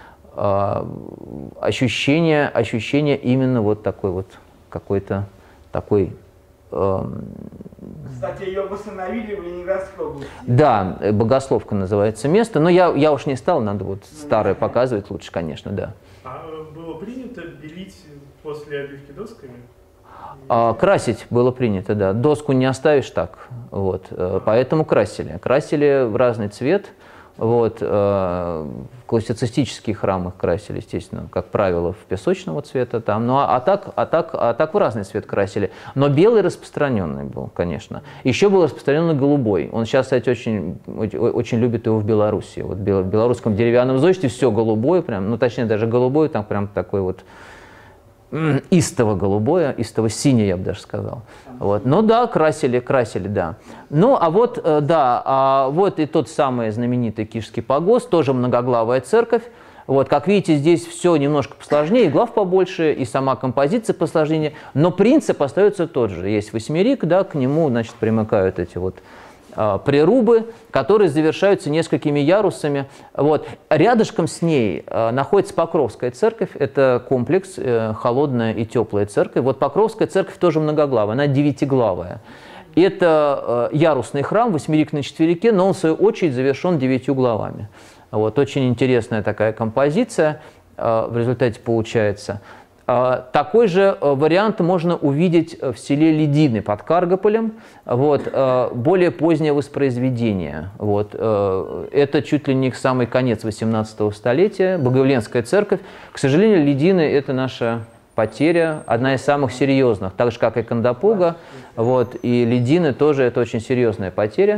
ощущение, ощущение именно вот такой вот какой-то такой... Э, Кстати, ее восстановили в Ленинградской области. Да, Богословка называется место, но я, я уж не стал, надо вот старое показывать лучше, конечно, да. А было принято белить после обивки досками? А, красить было принято, да. Доску не оставишь так, вот, поэтому красили. Красили в разный цвет. Вот, э, в классицистические храмы красили, естественно, как правило, в песочного цвета там, ну, а, а, так, а, так, а так в разный цвет красили. Но белый распространенный был, конечно. Еще был распространенный голубой. Он сейчас, кстати, очень, очень любит его в Беларуси. Вот в белорусском деревянном зодчестве все голубое, прям, ну, точнее, даже голубой, там прям такой вот истово-голубое, истово-синее, я бы даже сказал. Вот. Ну да, красили, красили, да. Ну, а вот, да, а вот и тот самый знаменитый Кишский погост, тоже многоглавая церковь. Вот, как видите, здесь все немножко посложнее, и глав побольше, и сама композиция посложнее, но принцип остается тот же. Есть восьмерик, да, к нему, значит, примыкают эти вот а, прирубы, которые завершаются несколькими ярусами. Вот. Рядышком с ней а, находится Покровская церковь, это комплекс, э, холодная и теплая церковь. Вот Покровская церковь тоже многоглавая, она девятиглавая. Это э, ярусный храм, восьмерик на четверике, но он, в свою очередь, завершен девятью главами. Вот, очень интересная такая композиция э, в результате получается. Э, такой же э, вариант можно увидеть в селе Ледины под Каргополем. Вот, э, более позднее воспроизведение. Вот, э, это чуть ли не самый конец восемнадцатого столетия. Богоявленская церковь. К сожалению, Ледины – это наша потеря, одна из самых серьезных. Так же, как и Кандапуга. Вот, и Ледины тоже это очень серьезная потеря.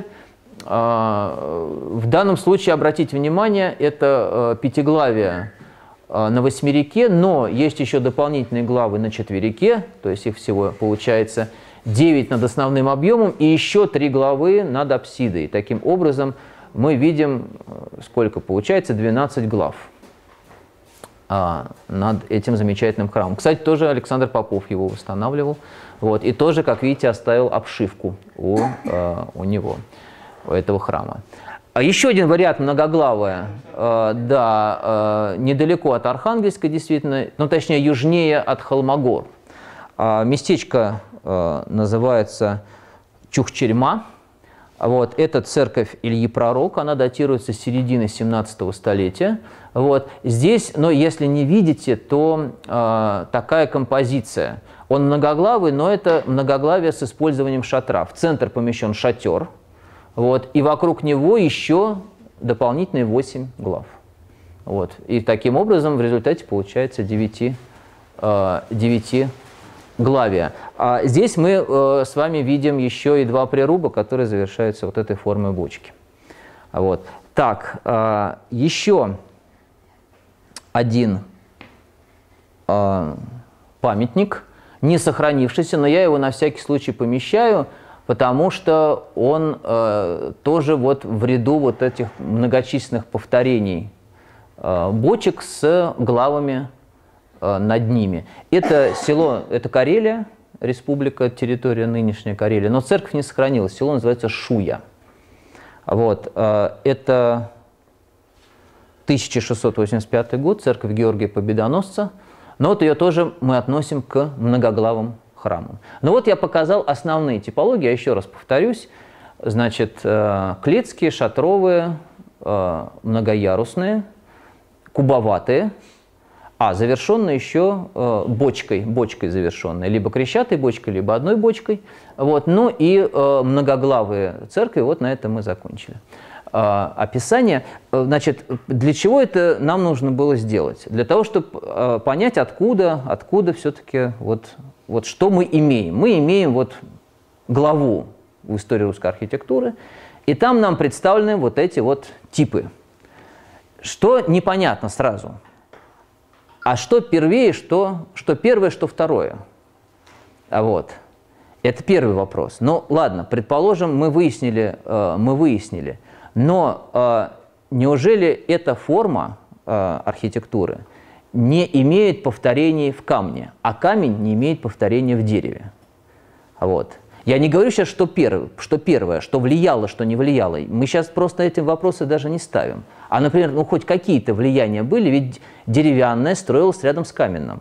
В данном случае, обратите внимание, это пятиглавие на восьмерике, но есть еще дополнительные главы на четверике, то есть их всего получается девять над основным объемом и еще три главы над апсидой. Таким образом, мы видим, сколько получается, двенадцать глав над этим замечательным храмом. Кстати, тоже Александр Попов его восстанавливал, вот, и тоже, как видите, оставил обшивку у, у него. Этого храма. Еще один вариант многоглавая, э, да, э, недалеко от Архангельска, действительно, ну, точнее, южнее от Холмогор. Э, местечко э, называется Чухчерьма. Вот, это церковь Ильи Пророка, она датируется с середины семнадцатого столетия. Вот, здесь, но если не видите, то э, такая композиция. Он многоглавый, но это многоглавие с использованием шатра. В центр помещен шатер. Вот, и вокруг него еще дополнительные восемь глав. Вот, и таким образом в результате получается девяти, э, девяти главия. А здесь мы э, с вами видим еще и два прируба, которые завершаются вот этой формой бочки. Вот. Так, э, еще один э, памятник, не сохранившийся, но я его на всякий случай помещаю, потому что он э, тоже вот в ряду вот этих многочисленных повторений э, бочек с главами э, над ними. Это село, это Карелия, республика, территория нынешняя Карелия, но церковь не сохранилась, село называется Шуя. Вот, э, это тысяча шестьсот восемьдесят пятый год, церковь Георгия Победоносца, но вот ее тоже мы относим к многоглавым храму. Ну вот я показал основные типологии, я еще раз повторюсь. Значит, клетские, шатровые, многоярусные, кубоватые, а завершенные еще бочкой, бочкой завершенные, либо крещатой бочкой, либо одной бочкой. Вот. Ну и многоглавые церкви, вот на этом мы закончили. Описание. Значит, для чего это нам нужно было сделать? Для того, чтобы понять, откуда, откуда все-таки вот Вот что мы имеем? Мы имеем вот главу в истории русской архитектуры, и там нам представлены вот эти вот типы. Что непонятно сразу? А что первее, что, что первое, что второе? А вот. Это первый вопрос. Ну ладно, предположим, мы выяснили, э, мы выяснили. Но э, неужели эта форма э, архитектуры не имеет повторений в камне, а камень не имеет повторения в дереве? Вот. Я не говорю сейчас, что первое, что первое, что влияло, что не влияло. Мы сейчас просто эти вопросы даже не ставим. А, например, ну хоть какие-то влияния были, ведь деревянное строилось рядом с каменным.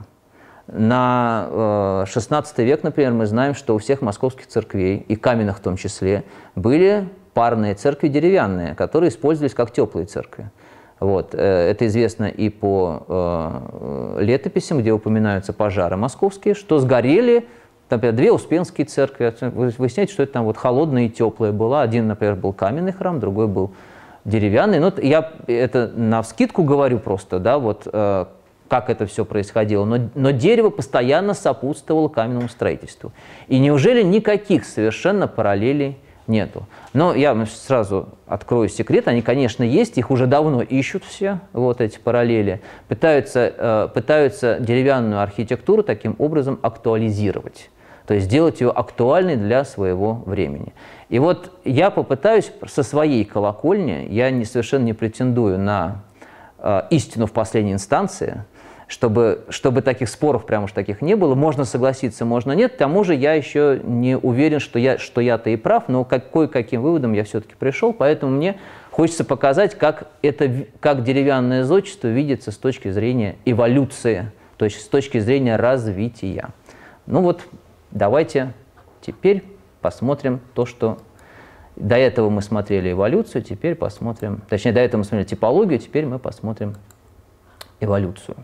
На э, шестнадцатый век, например, мы знаем, что у всех московских церквей, и каменных в том числе, были парные церкви деревянные, которые использовались как теплые церкви. Вот. Это известно и по э, летописям, где упоминаются пожары московские, что сгорели, например, две Успенские церкви. Вы выясняете, что это там вот холодное и теплое было. Один, например, был каменный храм, другой был деревянный. Но я это навскидку говорю просто, да, вот э, как это все происходило. Но, но дерево постоянно сопутствовало каменному строительству. И неужели никаких совершенно параллелей Нету. Но я сразу открою секрет, они, конечно, есть, их уже давно ищут все, вот эти параллели, пытаются, пытаются деревянную архитектуру таким образом актуализировать, то есть сделать ее актуальной для своего времени. И вот я попытаюсь со своей колокольни, я не, совершенно не претендую на истину в последней инстанции, чтобы, чтобы таких споров прям уж таких не было. Можно согласиться, можно нет. К тому же я еще не уверен, что, я, что я-то и прав, но как, кое-каким выводом я все-таки пришел, поэтому мне хочется показать, как, это, как деревянное зодчество видится с точки зрения эволюции, то есть с точки зрения развития. Ну вот, давайте теперь посмотрим то, что... До этого мы смотрели эволюцию, теперь посмотрим... Точнее, до этого мы смотрели типологию, теперь мы посмотрим эволюцию.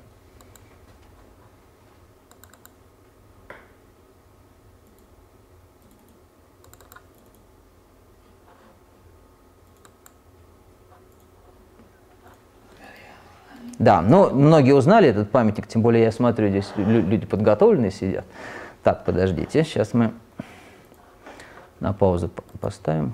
Да, ну, многие узнали этот памятник, тем более я смотрю, здесь люди подготовленные сидят. Так, подождите, сейчас мы на паузу поставим.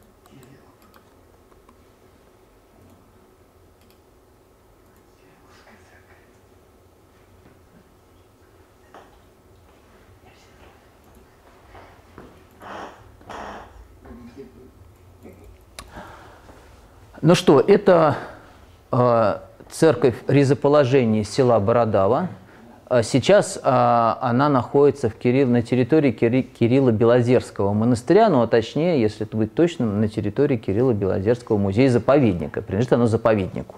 Ну что, это э, церковь Ризоположения села Бородава. Сейчас а, она находится в Кирилл, на территории Кири, Кирилла-Белозерского монастыря, ну а точнее, если это быть точным, на территории Кирилла-Белозерского музея-заповедника. Принадлежит оно заповеднику.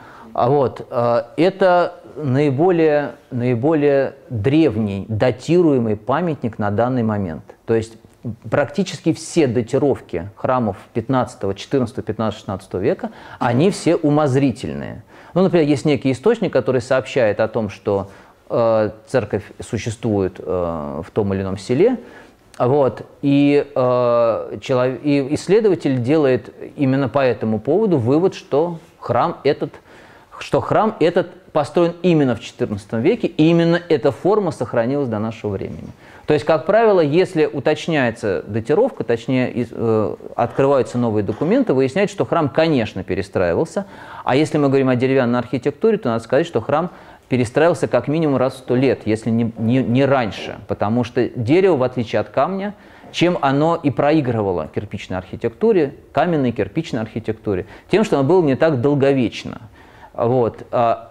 А вот, а, это наиболее, наиболее древний, датируемый памятник на данный момент. То есть практически все датировки храмов пятнадцатого, четырнадцатого, пятнадцатого, шестнадцатого века, они все умозрительные. Ну, например, есть некий источник, который сообщает о том, что церковь существует э, в том или ином селе, вот, и, э, человек, и исследователь делает именно по этому поводу вывод, что храм этот, что храм этот построен именно в четырнадцатом веке, и именно эта форма сохранилась до нашего времени. То есть, как правило, если уточняется датировка, точнее, э, открываются новые документы, выясняется, что храм, конечно, перестраивался, а если мы говорим о деревянной архитектуре, то надо сказать, что храм перестраивался как минимум раз в сто лет, если не, не, не раньше, потому что дерево, в отличие от камня, чем оно и проигрывало кирпичной архитектуре, каменной кирпичной архитектуре, тем, что оно было не так долговечно. Вот.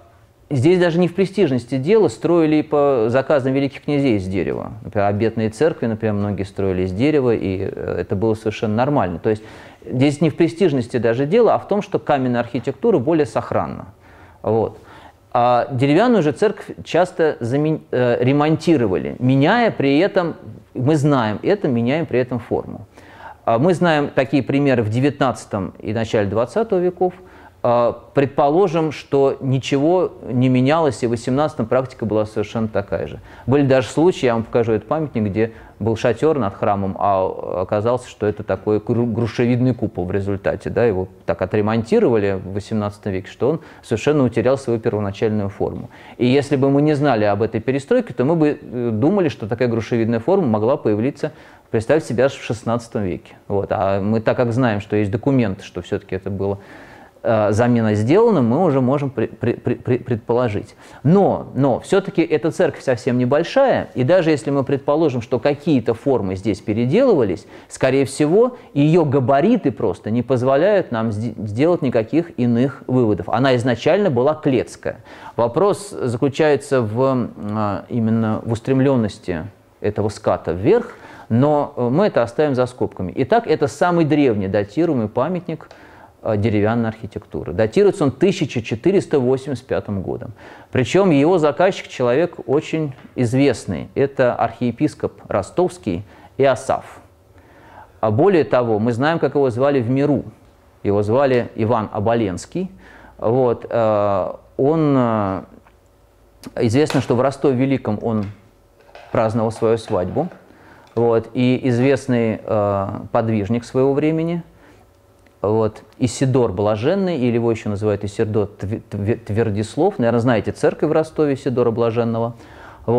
Здесь даже не в престижности дело, строили по заказам великих князей из дерева. Например, обетные церкви, например, многие строили из дерева, и это было совершенно нормально. То есть здесь не в престижности даже дело, а в том, что каменная архитектура более сохранна. Вот. А деревянную же церковь часто замен... э, ремонтировали, меняя при этом, мы знаем это, меняем при этом форму. А мы знаем такие примеры в девятнадцатом и начале двадцатого веков. А, предположим, что ничего не менялось, и в восемнадцатом практика была совершенно такая же. Были даже случаи, я вам покажу этот памятник, где был шатер над храмом, а оказалось, что это такой грушевидный купол в результате. Да, его так отремонтировали в восемнадцатом веке, что он совершенно утерял свою первоначальную форму. И если бы мы не знали об этой перестройке, то мы бы думали, что такая грушевидная форма могла появиться, представить себя аж в шестнадцатом веке. Вот. А мы, так как знаем, что есть документы, что все-таки это было замена сделана, мы уже можем при, при, при, предположить. Но, но все-таки эта церковь совсем небольшая, и даже если мы предположим, что какие-то формы здесь переделывались, скорее всего, ее габариты просто не позволяют нам сделать никаких иных выводов. Она изначально была клетская. Вопрос заключается в, именно в устремленности этого ската вверх, но мы это оставим за скобками. Итак, это самый древний датируемый памятник деревянной архитектуры. Датируется он тысяча четыреста восемьдесят пятым годом. Причем его заказчик человек очень известный. Это архиепископ ростовский Иосаф. А более того, мы знаем, как его звали в миру. Его звали Иван Оболенский. Вот. Он, известно, что в Ростове-Великом он праздновал свою свадьбу. Вот. И известный подвижник своего времени, вот, Исидор Блаженный, или его еще называют Исидор Твердислов, наверное, знаете церковь в Ростове Исидора Блаженного. Вот.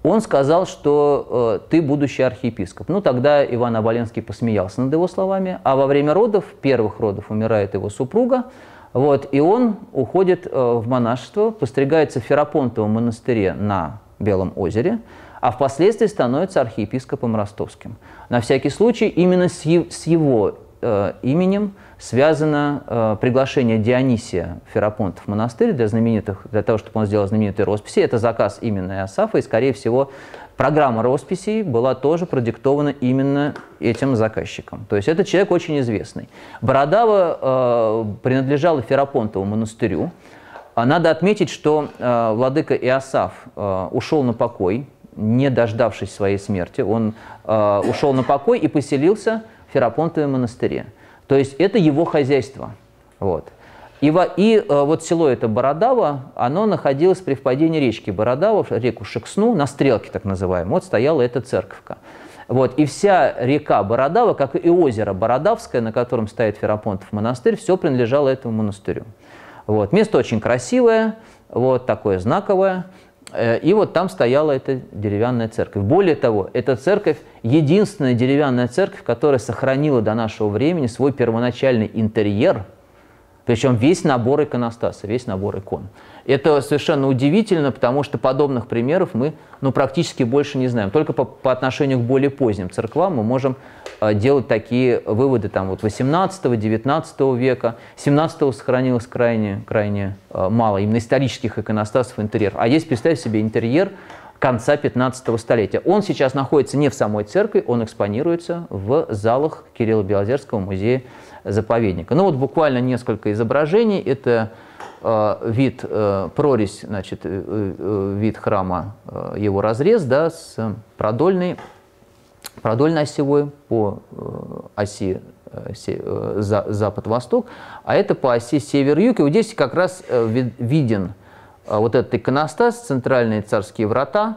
он сказал, что э, ты будущий архиепископ. Ну, тогда Иван Оболенский посмеялся над его словами, а во время родов, первых родов, умирает его супруга, вот, и он уходит э, в монашество, постригается в Ферапонтовом монастыре на Белом озере, а впоследствии становится архиепископом ростовским. На всякий случай именно с, е с его э, именем связано э, приглашение Дионисия в Ферапонтов монастырь для знаменитых, для того, чтобы он сделал знаменитые росписи. Это заказ именно Иосафа, и, скорее всего, программа росписей была тоже продиктована именно этим заказчиком. То есть это человек очень известный. Бородава э, принадлежала Ферапонтову монастырю. Надо отметить, что э, владыка Иосаф э, ушел на покой, не дождавшись своей смерти. Он э, ушел на покой и поселился в Ферапонтовом монастыре. То есть это его хозяйство. Вот. И, и э, вот село это Бородава, оно находилось при впадении речки Бородава в реку Шексну, на стрелке так называемой. Вот стояла эта церковка. Вот. И вся река Бородава, как и озеро Бородавское, на котором стоит Ферапонтов монастырь, все принадлежало этому монастырю. Вот. Место очень красивое, вот, такое знаковое. И вот там стояла эта деревянная церковь. Более того, эта церковь – единственная деревянная церковь, которая сохранила до нашего времени свой первоначальный интерьер, причем весь набор иконостаса, весь набор икон. Это совершенно удивительно, потому что подобных примеров мы ну, практически больше не знаем. Только по, по отношению к более поздним церквам мы можем э, делать такие выводы там, вот восемнадцатого-девятнадцатого века. семнадцатого сохранилось крайне, крайне э, мало именно исторических иконостасов интерьеров. А есть, представьте себе, интерьер конца пятнадцатого столетия. Он сейчас находится не в самой церкви, он экспонируется в залах Кирилло-Белозерского музея-заповедника. Ну вот буквально несколько изображений. Это э, вид, э, прорезь, значит, э, э, вид храма, э, его разрез, да, с продольной, продольной осевой по э, оси э, э, за, запад-восток, а это по оси север-юг. И вот здесь как раз э, вид, виден вот этот иконостас, центральные царские врата.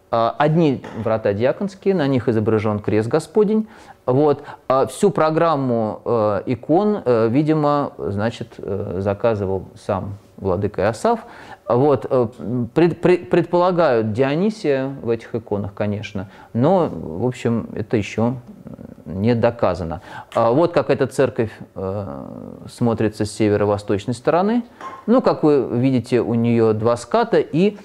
Одни врата диаконские, на них изображен крест Господень. Вот. Всю программу икон, видимо, значит, заказывал сам владыка Иосаф. Вот. Пред, пред, предполагают Дионисия в этих иконах, конечно, но, в общем, это еще не доказано. Вот как эта церковь смотрится с северо-восточной стороны. Ну, как вы видите, у нее два ската и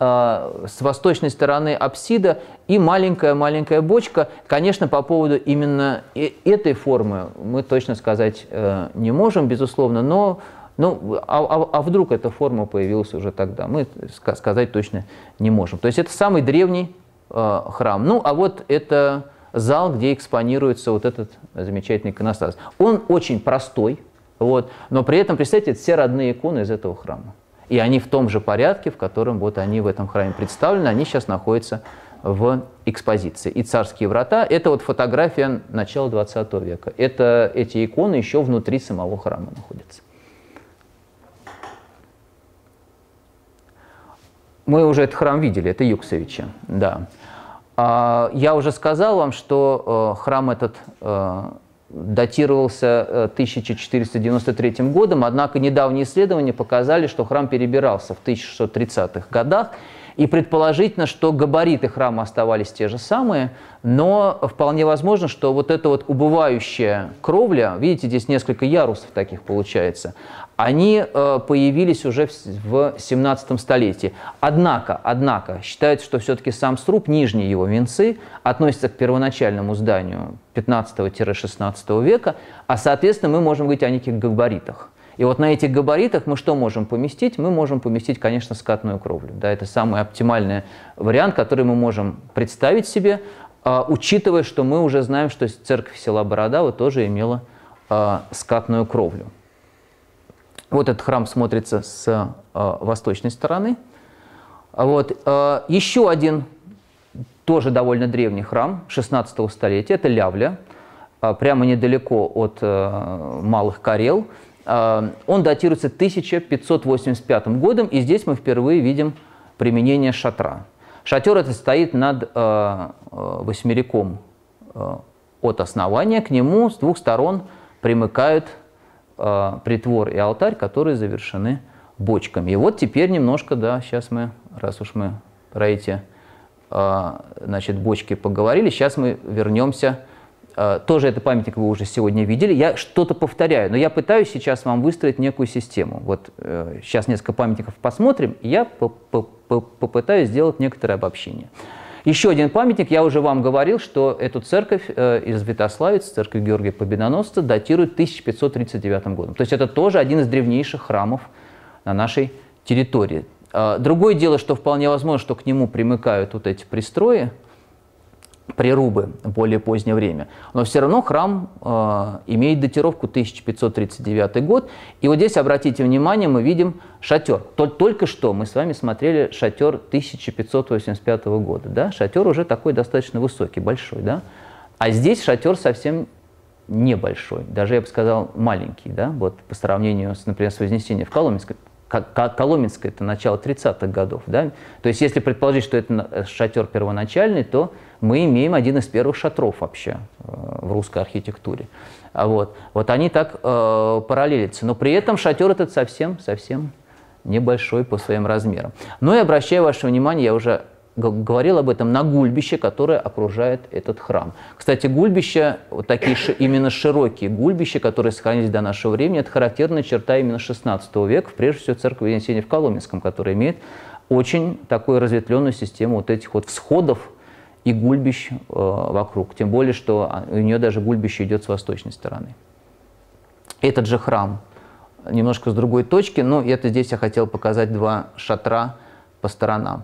с восточной стороны апсида и маленькая-маленькая бочка. Конечно, по поводу именно этой формы мы точно сказать не можем, безусловно, но ну, а, а, а вдруг эта форма появилась уже тогда? Мы сказать точно не можем. То есть это самый древний э, храм. Ну, а вот это зал, где экспонируется вот этот замечательный иконостас. Он очень простой, вот, но при этом, представьте, это все родные иконы из этого храма. И они в том же порядке, в котором вот они в этом храме представлены, они сейчас находятся в экспозиции. И царские врата – это вот фотография начала двадцатого века. Это, эти иконы еще внутри самого храма находятся. Мы уже этот храм видели, это Юксовичи, да. Я уже сказал вам, что храм этот датировался тысяча четыреста девяносто третьим годом, однако недавние исследования показали, что храм перебирался в тысяча шестьсот тридцатых годах, и предположительно, что габариты храма оставались те же самые, но вполне возможно, что вот эта вот убывающая кровля, видите, здесь несколько ярусов таких получается, они э, появились уже в семнадцатом столетии. Однако, однако считается, что все-таки сам сруб, нижние его венцы, относятся к первоначальному зданию пятнадцатого-шестнадцатого века, а, соответственно, мы можем говорить о неких габаритах. И вот на этих габаритах мы что можем поместить? Мы можем поместить, конечно, скатную кровлю. Да, это самый оптимальный вариант, который мы можем представить себе, э, учитывая, что мы уже знаем, что церковь села Бородава тоже имела э, скатную кровлю. Вот этот храм смотрится с э, восточной стороны. Вот. Э, еще один тоже довольно древний храм шестнадцатого столетия, это Лявля, э, прямо недалеко от э, Малых Карел. Э, он датируется тысяча пятьсот восемьдесят пятым годом, и здесь мы впервые видим применение шатра. Шатер этот стоит над э, восьмериком э, от основания, к нему с двух сторон примыкают притвор и алтарь, которые завершены бочками. И вот теперь немножко, да, сейчас мы, раз уж мы про эти значит, бочки поговорили. Сейчас мы вернемся. Тоже это памятник вы уже сегодня видели. Я что-то повторяю, но я пытаюсь сейчас вам выстроить некую систему. Вот сейчас несколько памятников посмотрим, и я попытаюсь сделать некоторое обобщение. Еще один памятник, я уже вам говорил, что эту церковь из Святославец, церковь Георгия Победоносца, датирует тысяча пятьсот тридцать девятым годом. То есть это тоже один из древнейших храмов на нашей территории. Другое дело, что вполне возможно, что к нему примыкают вот эти пристрои, прирубы в более позднее время. Но все равно храм э, имеет датировку тысяча пятьсот тридцать девятый год. И вот здесь, обратите внимание, мы видим шатер. Только что мы с вами смотрели шатер тысяча пятьсот восемьдесят пятого года. Да? Шатер уже такой достаточно высокий, большой. Да? А здесь шатер совсем небольшой. Даже, я бы сказал, маленький. Да? Вот по сравнению, с, например, с Вознесением в Коломенской. Коломенское – это начало тридцатых годов. Да? То есть, если предположить, что это шатер первоначальный, то мы имеем один из первых шатров вообще в русской архитектуре. Вот, вот они так э, параллелятся. Но при этом шатер этот совсем, совсем небольшой по своим размерам. Но и обращаю ваше внимание, я уже говорил об этом, на гульбище, которое окружает этот храм. Кстати, гульбища, вот такие именно широкие гульбища, которые сохранились до нашего времени, это характерная черта именно шестнадцатого века, прежде всего церкви Вознесения в Коломенском, которая имеет очень такую разветвленную систему вот этих вот всходов и гульбищ э, вокруг. Тем более, что у нее даже гульбище идет с восточной стороны. Этот же храм немножко с другой точки, но это здесь я хотел показать два шатра по сторонам.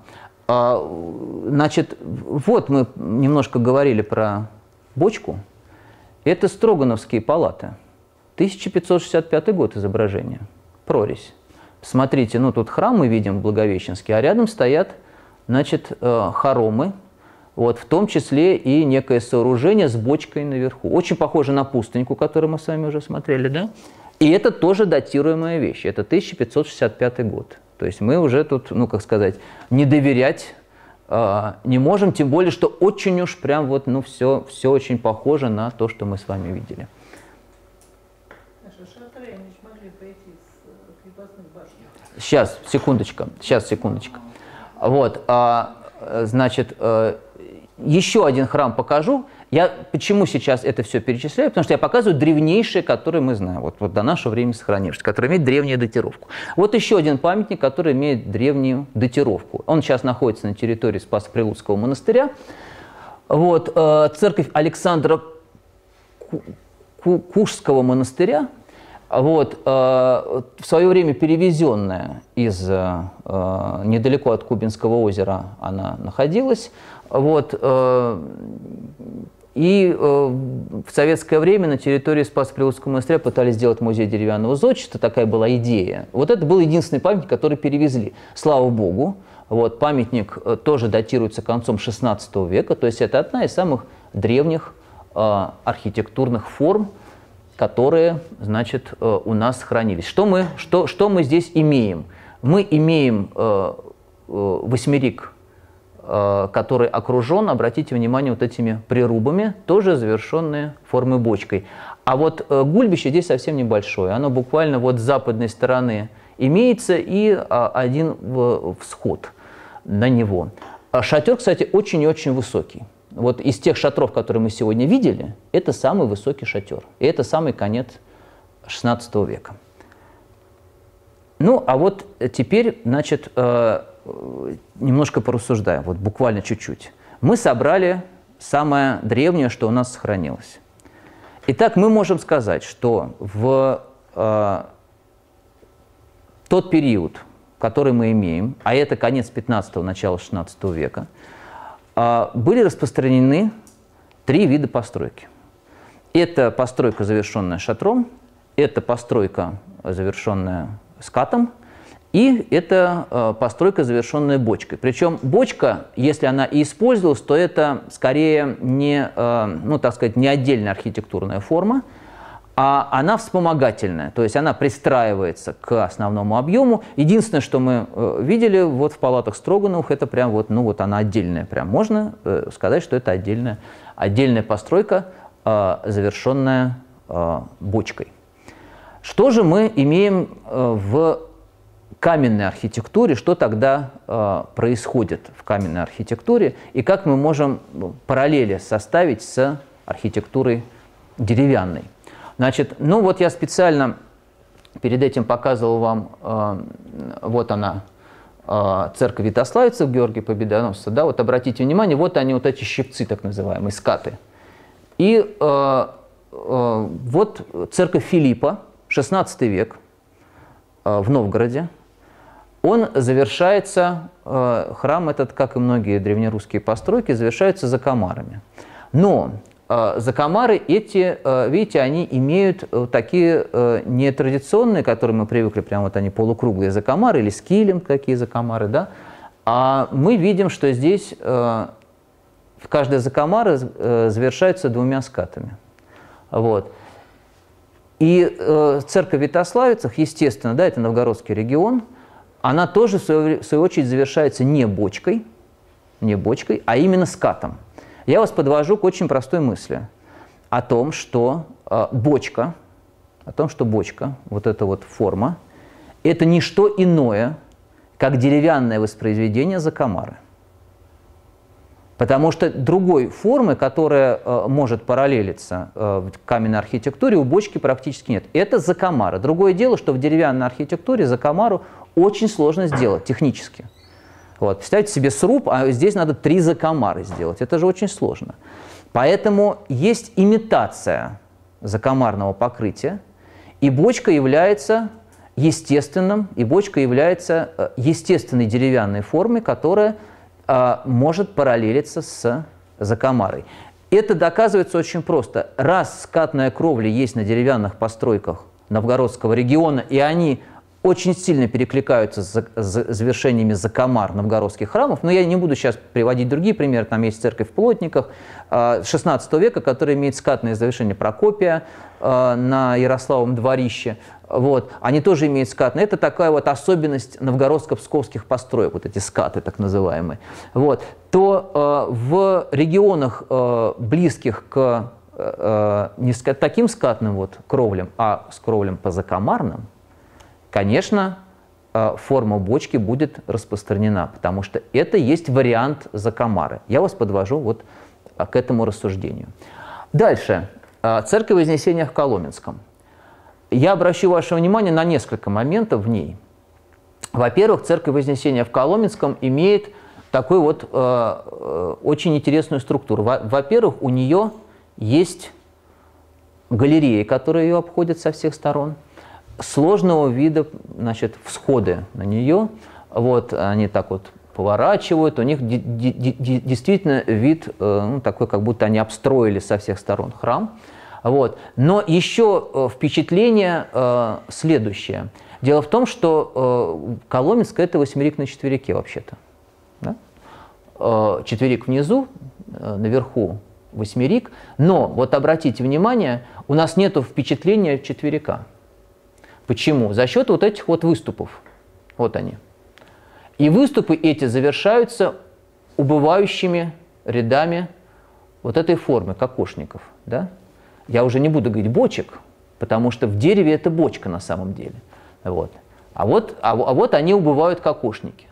Значит, вот мы немножко говорили про бочку. Это Строгановские палаты. тысяча пятьсот шестьдесят пятый год изображение. Прорезь. Смотрите, ну тут храм мы видим Благовещенский, а рядом стоят, значит, хоромы, вот, в том числе и некое сооружение с бочкой наверху. Очень похоже на пустыньку, которую мы с вами уже смотрели, да? И это тоже датируемая вещь. Это тысяча пятьсот шестьдесят пятый год. То есть мы уже тут, ну, как сказать, не доверять э, не можем, тем более, что очень уж прям вот, ну, все, все очень похоже на то, что мы с вами видели. Наши шатры, они же могли пойти с крепостных башен. Сейчас, секундочка, сейчас, секундочка. Вот, а, значит, а, еще один храм покажу. Я почему сейчас это все перечисляю? Потому что я показываю древнейшие, которые мы знаем, вот, вот до нашего времени сохранившиеся, которые имеют древнюю датировку. Вот еще один памятник, который имеет древнюю датировку. Он сейчас находится на территории Спасо-Прилуцкого монастыря. Вот, э, церковь Александра Кушского монастыря, вот, э, в свое время перевезенная из э, недалеко от Кубинского озера она находилась. Вот, э, и э, в советское время на территории Спасо-Прилуцкого монастыря пытались сделать музей деревянного зодчества, такая была идея. Вот это был единственный памятник, который перевезли. Слава Богу, вот, памятник э, тоже датируется концом шестнадцатого века, то есть это одна из самых древних э, архитектурных форм, которые, значит, э, у нас сохранились. Что мы, что, что мы здесь имеем? Мы имеем э, э, восьмерик, который окружен, обратите внимание, вот этими прирубами, тоже завершенные формой бочкой. А вот гульбище здесь совсем небольшое, оно буквально вот с западной стороны имеется и один всход на него. Шатер, кстати, очень и очень высокий. Вот из тех шатров, которые мы сегодня видели, это самый высокий шатер. И это самый конец шестнадцатого века. Ну, а вот теперь, значит, немножко порассуждаем, вот буквально чуть-чуть. Мы собрали самое древнее, что у нас сохранилось. Итак, мы можем сказать, что в э, тот период, который мы имеем, а это конец пятнадцатого, начало шестнадцатого века, э, были распространены три вида постройки. Это постройка, завершенная шатром, это постройка, завершенная скатом, и это э, постройка, завершенная бочкой. Причем бочка, если она и использовалась, то это скорее не, э, ну, так сказать, не отдельная архитектурная форма, а она вспомогательная, то есть она пристраивается к основному объему. Единственное, что мы э, видели вот в палатах Строгановых, это прям вот, ну вот она отдельная, прям можно э, сказать, что это отдельная, отдельная постройка, э, завершенная э, бочкой. Что же мы имеем э, в каменной архитектуре, что тогда э, происходит в каменной архитектуре и как мы можем параллели составить с архитектурой деревянной. Значит, ну вот я специально перед этим показывал вам, э, вот она, э, церковь Святославицев Георгия Победоносца, да, вот обратите внимание, вот они, вот эти щипцы так называемые, скаты. И э, э, вот церковь Филиппа, шестнадцатый век, э, в Новгороде. Он завершается, э, храм этот, как и многие древнерусские постройки, завершается закомарами. Но э, закомары эти, э, видите, они имеют э, такие э, нетрадиционные, которые мы привыкли, прямо вот они полукруглые закомары, или скилем такие закомары, да, а мы видим, что здесь э, каждая закомара э, завершается двумя скатами. Вот. И э, церковь Святославицах, естественно, да, это Новгородский регион, она тоже, в свою, в свою очередь, завершается не бочкой, не бочкой, а именно скатом. Я вас подвожу к очень простой мысли о том, что э, бочка, о том, что бочка, вот эта вот форма, это не что иное, как деревянное воспроизведение закомары. Потому что другой формы, которая э, может параллелиться э, в каменной архитектуре, у бочки практически нет. Это закомара. Другое дело, что в деревянной архитектуре закомару очень сложно сделать технически. Вот. Представьте себе сруб, а здесь надо три закомары сделать. Это же очень сложно. Поэтому есть имитация закомарного покрытия, и бочка является естественным, и бочка является естественной деревянной формой, которая а, может параллелиться с закомарой. Это доказывается очень просто. Раз скатная кровля есть на деревянных постройках Новгородского региона, и они очень сильно перекликаются с завершениями закомар новгородских храмов. Но я не буду сейчас приводить другие примеры. Там есть церковь в Плотниках шестнадцатого века, которая имеет скатное завершение Прокопия на Ярославовом дворище. Вот. Они тоже имеют скатное. Это такая вот особенность новгородско-псковских построек, вот эти скаты так называемые. Вот. То э, в регионах, э, близких к э, не с таким скатным вот кровлям, а с кровлям по-закомарным, конечно, форма бочки будет распространена, потому что это есть вариант закомары. Я вас подвожу вот к этому рассуждению. Дальше. Церковь Вознесения в Коломенском. Я обращу ваше внимание на несколько моментов в ней. Во-первых, Церковь Вознесения в Коломенском имеет такую вот э, очень интересную структуру. Во-первых, у нее есть галереи, которые ее обходят со всех сторон. Сложного вида, значит, всходы на нее, вот, они так вот поворачивают, у них действительно вид ну, такой, как будто они обстроили со всех сторон храм. Вот. Но еще впечатление э, следующее. Дело в том, что э, Коломенское – это восьмерик на четверике вообще-то. Да? Э, четверик внизу, э, наверху восьмерик, но вот обратите внимание, у нас нет впечатления четверика. Почему? За счет вот этих вот выступов. Вот они. И выступы эти завершаются убывающими рядами вот этой формы, кокошников. Да? Я уже не буду говорить бочек, потому что в дереве это бочка на самом деле. Вот. А, вот, а, а вот они убывают кокошники.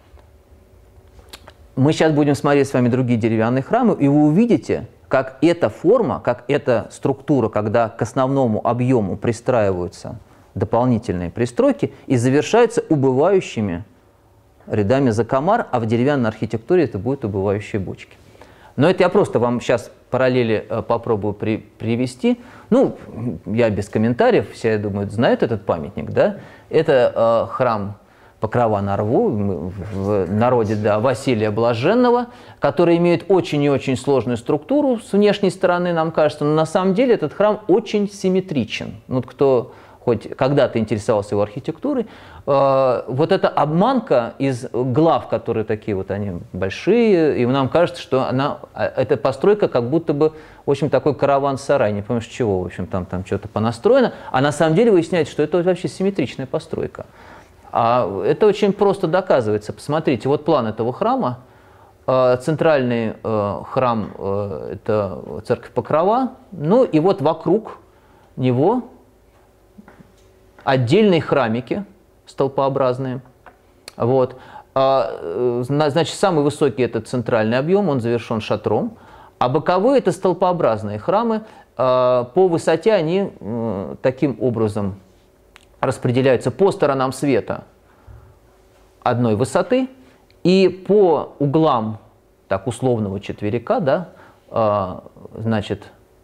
Мы сейчас будем смотреть с вами другие деревянные храмы, и вы увидите, как эта форма, как эта структура, когда к основному объему пристраиваются дополнительные пристройки и завершаются убывающими рядами закомар, а в деревянной архитектуре это будут убывающие бочки. Но это я просто вам сейчас параллели э, попробую при, привести. Ну, я без комментариев, все, я думаю, знают этот памятник, да? Это э, храм Покрова на Рву, в, в народе, да, Василия Блаженного, который имеет очень и очень сложную структуру с внешней стороны, нам кажется, но на самом деле этот храм очень симметричен. Вот кто хоть когда-то интересовался его архитектурой, э, вот эта обманка из глав, которые такие вот они большие, и нам кажется, что она, эта постройка как будто бы, в общем, такой караван-сарай, не помнишь чего, в общем, там, там что-то понастроено, а на самом деле выясняется, что это вообще симметричная постройка. А это очень просто доказывается. Посмотрите, вот план этого храма. Э, центральный э, храм э, – это церковь Покрова, ну и вот вокруг него отдельные храмики столпообразные. Вот. Значит, самый высокий – это центральный объем, он завершен шатром, а боковые – это столпообразные храмы. По высоте они таким образом распределяются по сторонам света одной высоты и по углам так условного четверика, да, значит,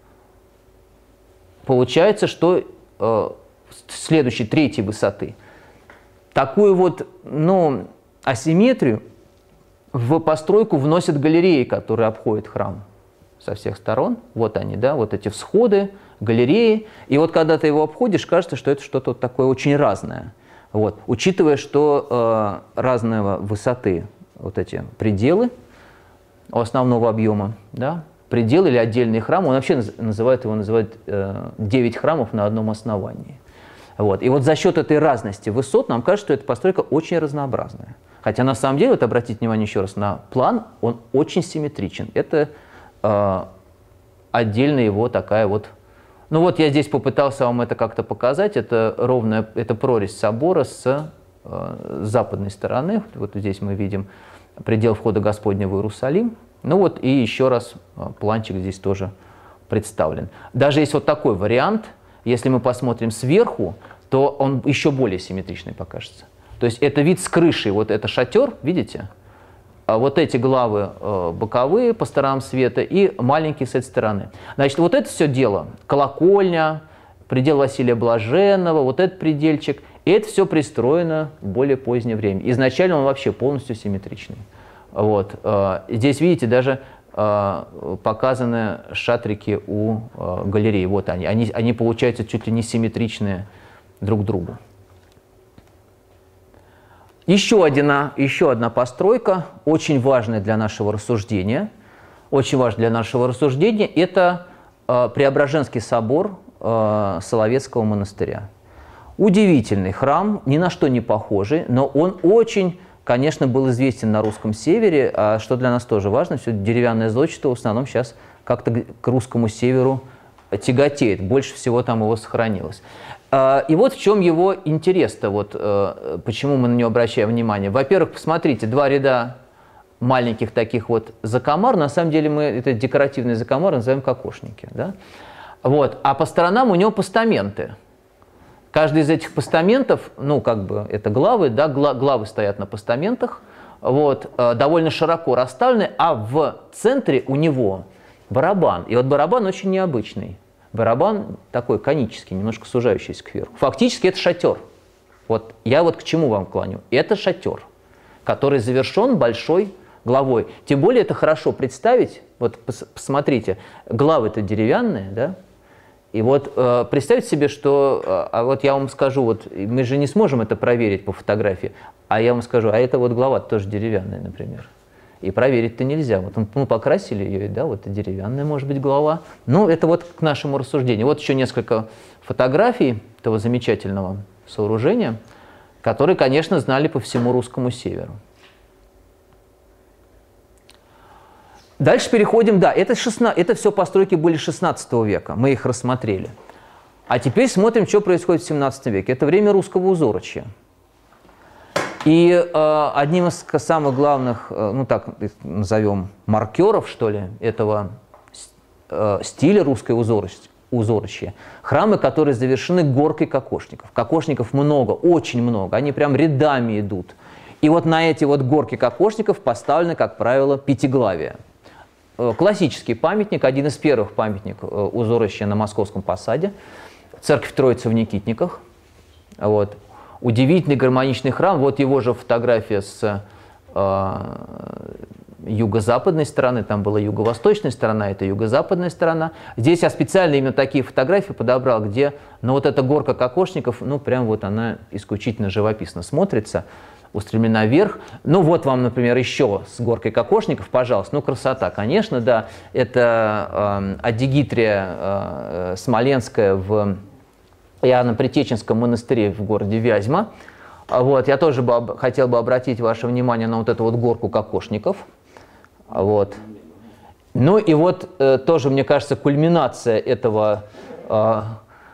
получается, что следующей, третьей высоты. Такую вот, ну, асимметрию в постройку вносят галереи, которые обходят храм со всех сторон. Вот они, да, вот эти всходы, галереи. И вот когда ты его обходишь, кажется, что это что-то вот такое очень разное. Вот. Учитывая, что э, разного высоты вот эти пределы у основного объема, да, предел или отдельный храм, он вообще называет его называет э, девять храмов на одном основании. Вот. И вот за счет этой разности высот нам кажется, что эта постройка очень разнообразная. Хотя на самом деле, вот обратите внимание еще раз на план, он очень симметричен. Это э, отдельно его такая вот... Ну вот я здесь попытался вам это как-то показать. Это ровная, это прорезь собора с э, западной стороны. Вот здесь мы видим предел входа Господня в Иерусалим. Ну вот и еще раз э, планчик здесь тоже представлен. Даже есть вот такой вариант. Если мы посмотрим сверху, то он еще более симметричный покажется. То есть это вид с крышей, вот это шатер, видите? А вот эти главы э, боковые по сторонам света и маленькие с этой стороны. Значит, вот это все дело, колокольня, предел Василия Блаженного, вот этот предельчик, и это все пристроено в более позднее время. Изначально он вообще полностью симметричный. Вот. Э, здесь, видите, даже э, показаны шатрики у э, галереи. Вот они. они. Они получаются чуть ли не симметричные друг другу. Еще одна, еще одна постройка, очень важная для нашего рассуждения, очень важная для нашего рассуждения, это э, Преображенский собор э, Соловецкого монастыря. Удивительный храм, ни на что не похожий, но он очень, конечно, был известен на русском севере, а что для нас тоже важно, все деревянное зодчество в основном сейчас как-то к русскому северу тяготеет, больше всего там его сохранилось. И вот в чем его интерес-то, вот, почему мы на него обращаем внимание. Во-первых, посмотрите, два ряда маленьких таких вот закомар, на самом деле мы это декоративные закомары называем кокошники. Да? Вот. А по сторонам у него постаменты. Каждый из этих постаментов, ну как бы это главы, да, главы стоят на постаментах, вот, довольно широко расставлены, а в центре у него барабан. И вот барабан очень необычный. Барабан такой конический, немножко сужающийся кверху. Фактически это шатер. Вот я вот к чему вам клоню. Это шатер, который завершен большой главой. Тем более это хорошо представить. Вот посмотрите, главы-то деревянные, да? И вот э, представьте себе, что, э, а вот я вам скажу, вот мы же не сможем это проверить по фотографии, а я вам скажу, а эта вот глава тоже деревянная, например. И проверить-то нельзя. Вот мы покрасили ее, да, вот деревянная может быть голова. Ну, это вот к нашему рассуждению. Вот еще несколько фотографий этого замечательного сооружения, которые, конечно, знали по всему русскому северу. Дальше переходим, да, это, шестнадцатый, это все постройки были шестнадцатого века, мы их рассмотрели. А теперь смотрим, что происходит в семнадцатом веке. Это время русского узорочья. И э, одним из самых главных, э, ну так назовем, маркеров, что ли, этого э, стиля русской узорочья, храмы, которые завершены горкой кокошников. Кокошников много, очень много, они прям рядами идут. И вот на эти вот горки кокошников поставлены, как правило, пятиглавия. Э, классический памятник, один из первых памятников э, узорочья на Московском посаде, церковь Троицы в Никитниках. Вот. Удивительный гармоничный храм, вот его же фотография с э, юго-западной стороны, там была юго-восточная сторона, это юго-западная сторона. Здесь я специально именно такие фотографии подобрал, где, ну вот эта горка кокошников, ну прям вот она исключительно живописно смотрится, устремлена вверх. Ну вот вам, например, еще с горкой кокошников, пожалуйста, ну красота, конечно, да, это э, Адигитрия э, Смоленская в Иоанно-Притеченском монастыре в городе Вязьма. Вот, я тоже бы, хотел бы обратить ваше внимание на вот эту вот горку кокошников. Вот. Ну и вот э, тоже, мне кажется, кульминация этого, э,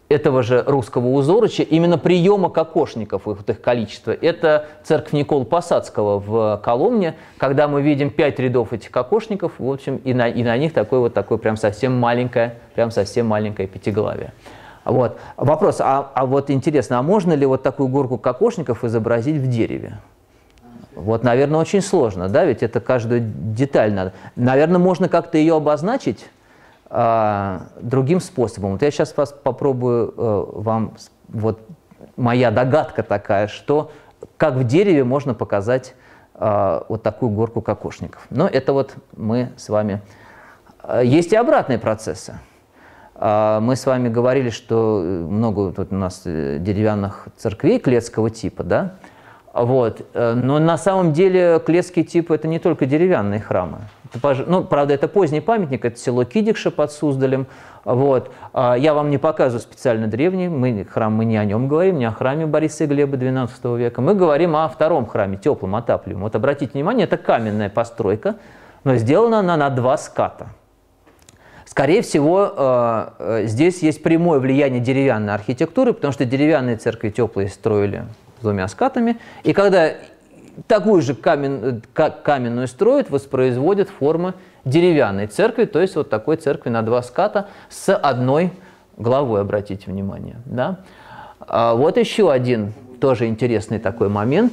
этого же русского узорыча, именно приема кокошников, вот их количество. Это церковь Николы Посадского в Коломне, когда мы видим пять рядов этих кокошников, в общем, и на, и на них такое вот такое прям совсем маленькое, прям совсем маленькое пятиглавие. Вот. Вопрос, а, а вот интересно, а можно ли вот такую горку кокошников изобразить в дереве? Вот, наверное, очень сложно, да, ведь это каждую деталь надо. Наверное, можно как-то ее обозначить а, другим способом. Вот я сейчас вас попробую а, вам, вот моя догадка такая, что как в дереве можно показать а, вот такую горку кокошников. Но это вот мы с вами... Есть и обратные процессы. Мы с вами говорили, что много тут у нас деревянных церквей клетского типа, да? Вот. Но на самом деле клетский тип – это не только деревянные храмы. Это, ну, правда, это поздний памятник, это село Кидикша под Суздалем. Вот. Я вам не показываю специально древний, мы, храм, мы не о нем говорим, не о храме Бориса и Глеба двенадцатого века. Мы говорим о втором храме, теплом, отапливаемом. Вот обратите внимание, это каменная постройка, но сделана она на два ската. Скорее всего, здесь есть прямое влияние деревянной архитектуры, потому что деревянные церкви теплые строили с двумя скатами. И когда такую же камен, каменную строят, воспроизводят формы деревянной церкви, то есть вот такой церкви на два ската с одной главой, обратите внимание. Да? А вот еще один тоже интересный такой момент.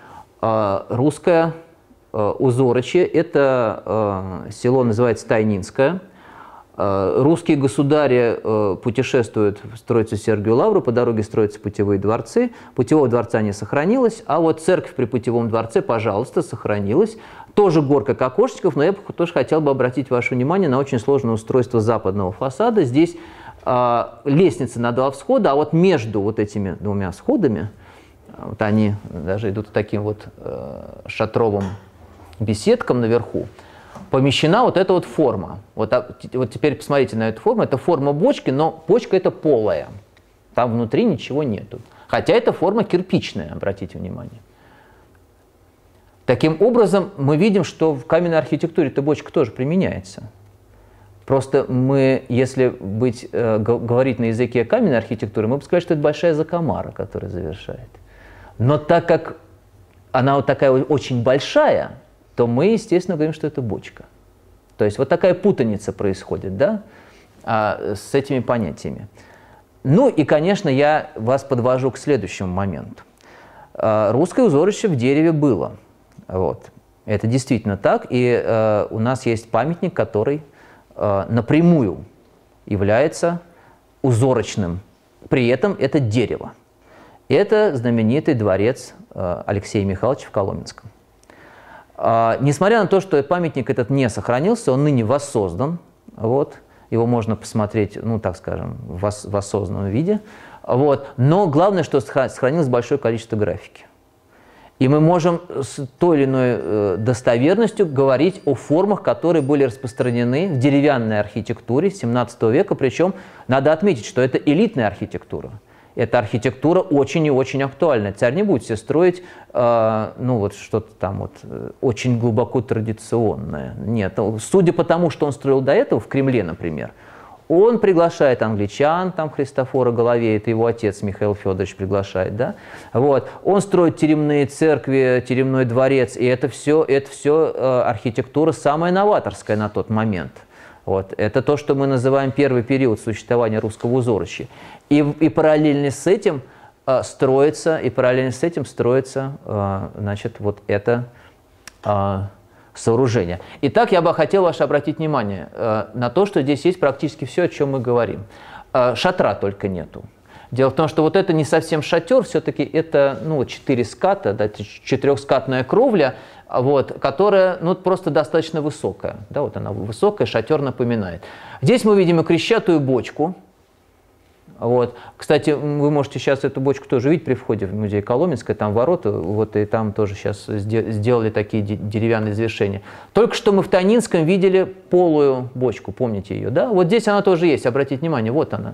Русское узорочье, это село называется Тайнинское. Русские государи путешествуют, строятся Сергию Лавру, по дороге строятся путевые дворцы. Путевого дворца не сохранилось, а вот церковь при путевом дворце, пожалуйста, сохранилась. Тоже горка кокошников, но я тоже хотел бы обратить ваше внимание на очень сложное устройство западного фасада. Здесь э, лестница на два всхода, а вот между вот этими двумя всходами, вот они даже идут таким вот э, шатровым беседкам наверху, помещена вот эта вот форма. Вот, вот теперь посмотрите на эту форму. Это форма бочки, но бочка это полая. Там внутри ничего нету. Хотя это форма кирпичная, обратите внимание. Таким образом, мы видим, что в каменной архитектуре эта бочка тоже применяется. Просто мы, если быть, э, говорить на языке каменной архитектуры, мы бы сказали, что это большая закомара, которая завершает. Но так как она вот такая очень большая, то мы, естественно, говорим, что это бочка. То есть вот такая путаница происходит, да, а, с этими понятиями. Ну и, конечно, я вас подвожу к следующему моменту. А, русское узорочье в дереве было. Вот. Это действительно так. И а, у нас есть памятник, который а, напрямую является узорочным. При этом это дерево. Это знаменитый дворец а, Алексея Михайловича в Коломенском. А, несмотря на то, что памятник этот не сохранился, он ныне воссоздан. Вот, его можно посмотреть, ну, так скажем, в воссозданном виде. Вот, но главное, что сохранилось большое количество графики. И мы можем с той или иной э, достоверностью говорить о формах, которые были распространены в деревянной архитектуре семнадцатого века. Причем надо отметить, что это элитная архитектура. Эта архитектура очень и очень актуальна. Царь не будет себе строить, э, ну вот что-то там вот э, очень глубоко традиционное. Нет, судя по тому, что он строил до этого в Кремле, например, он приглашает англичан, там Христофора Головея, это его отец Михаил Федорович приглашает, да. Вот. Он строит теремные церкви, теремной дворец, и это все, это все э, архитектура самая новаторская на тот момент. Вот. Это то, что мы называем первый период существования русского узорочья. И, и параллельно с этим э, строится, и параллельно с этим строится, э, значит, вот это э, сооружение. Итак, я бы хотел ваше обратить внимание э, на то, что здесь есть практически все, о чем мы говорим. Э, шатра только нету. Дело в том, что вот это не совсем шатер, все-таки это, ну, четыре ската, да, четырехскатная кровля, вот, которая, ну, просто достаточно высокая. Да, вот она высокая, шатер напоминает. Здесь мы видим и крещатую бочку. Вот. Кстати, вы можете сейчас эту бочку тоже видеть при входе в музей Коломенское, там ворота, вот, и там тоже сейчас сделали такие деревянные завершения. Только что мы в Тайнинском видели полую бочку, помните ее, да? Вот здесь она тоже есть, обратите внимание, вот она.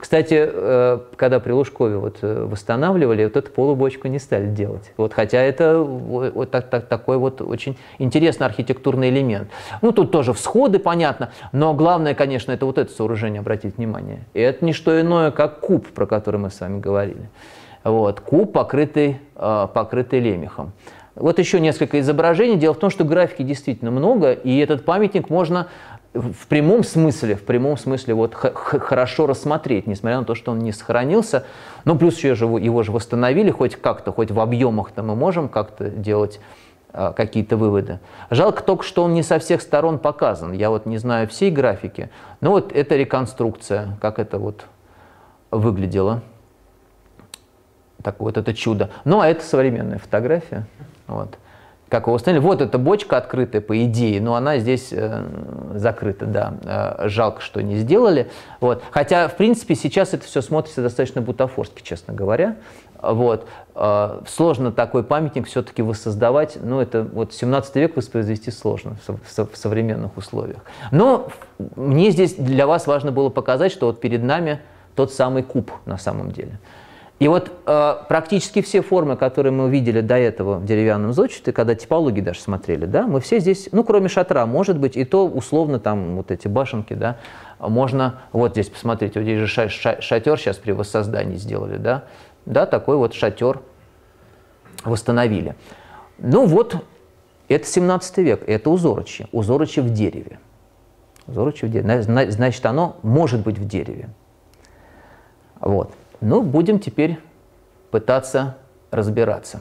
Кстати, когда при Лужкове вот восстанавливали, вот эту полубочку не стали делать. Вот, хотя это вот так, так, такой вот очень интересный архитектурный элемент. Ну, тут тоже всходы, понятно, но главное, конечно, это вот это сооружение, обратите внимание. И это не что иное, как куб, про который мы с вами говорили. Вот, куб, покрытый, покрытый лемехом. Вот еще несколько изображений. Дело в том, что графики действительно много, и этот памятник можно в прямом смысле, в прямом смысле вот хорошо рассмотреть, несмотря на то, что он не сохранился. Ну, плюс еще же его же восстановили хоть как-то, хоть в объемах-то мы можем как-то делать а, какие-то выводы. Жалко только, что он не со всех сторон показан. Я вот не знаю всей графики, но вот это реконструкция, как это вот выглядело. Так вот это чудо. Ну, а это современная фотография. Вот. Как его установили. Вот эта бочка открытая, по идее, но она здесь э, закрыта, да. Э, жалко, что не сделали. Вот. Хотя, в принципе, сейчас это все смотрится достаточно бутафорски, честно говоря. Вот. Э, сложно такой памятник все-таки воссоздавать. Ну, это вот семнадцатый век воспроизвести сложно в, в, в современных условиях. Но мне здесь для вас важно было показать, что вот перед нами тот самый куб на самом деле. И вот э, практически все формы, которые мы увидели до этого в деревянном зодчестве, когда типологии даже смотрели, да, мы все здесь, ну, кроме шатра, может быть, и то условно там вот эти башенки, да, можно, вот здесь, посмотрите, вот здесь же ша ша шатер сейчас при воссоздании сделали, да, да, такой вот шатер восстановили. Ну вот, это семнадцатый век, это узорочье, узорочье в дереве. Узорочье в дереве, значит, оно может быть в дереве. Вот. Ну, будем теперь пытаться разбираться.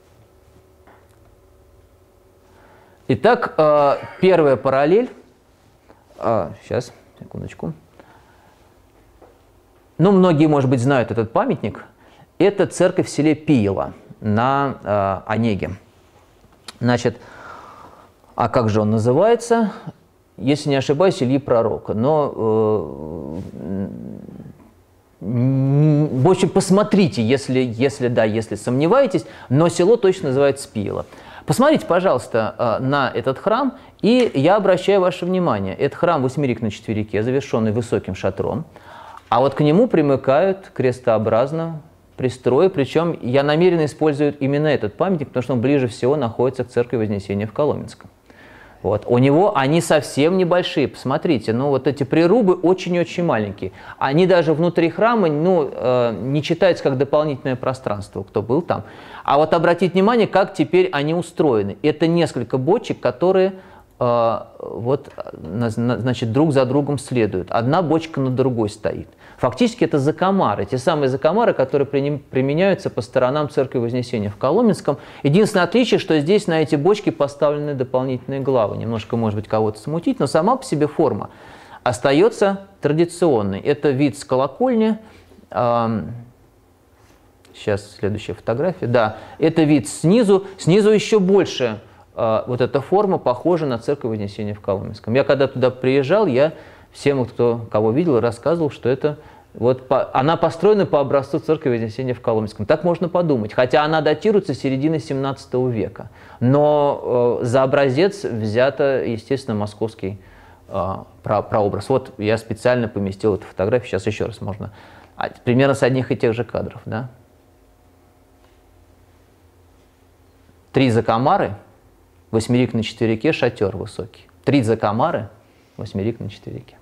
Итак, первая параллель. Сейчас, секундочку. Ну, многие, может быть, знают этот памятник. Это церковь в селе Пиела на Онеге. Значит, а как же он называется? Если не ошибаюсь, Ильи Пророка. Но... В общем, посмотрите, если, если, да, если сомневаетесь, но село точно называется Пиела. Посмотрите, пожалуйста, на этот храм, и я обращаю ваше внимание. Это храм восьмерик на четверике, завершенный высоким шатром, а вот к нему примыкают крестообразно пристрои, причем я намеренно использую именно этот памятник, потому что он ближе всего находится к церкви Вознесения в Коломенском. Вот. У него они совсем небольшие, посмотрите, ну вот эти прирубы очень-очень маленькие. Они даже внутри храма ну, э, не читаются как дополнительное пространство, кто был там. А вот обратите внимание, как теперь они устроены. Это несколько бочек, которые э, вот, значит, друг за другом следуют. Одна бочка над другой стоит. Фактически это закомары, те самые закомары, которые применяются по сторонам церкви Вознесения в Коломенском. Единственное отличие, что здесь на эти бочки поставлены дополнительные главы. Немножко, может быть, кого-то смутить, но сама по себе форма остается традиционной. Это вид с колокольни. Сейчас следующая фотография. Да, это вид снизу. Снизу еще больше вот эта форма похожа на церковь Вознесения в Коломенском. Я когда туда приезжал, я... Всем, кто кого видел, рассказывал, что это вот по, она построена по образцу церкви Вознесения в Коломенском. Так можно подумать, хотя она датируется середины семнадцатого века. Но э, за образец взято, естественно, московский э, про, прообраз. Вот я специально поместил эту фотографию, сейчас еще раз можно. А, примерно с одних и тех же кадров. Да? Три закомары, восьмерик на четверике, шатер высокий. Три закомары, восьмерик на четверике.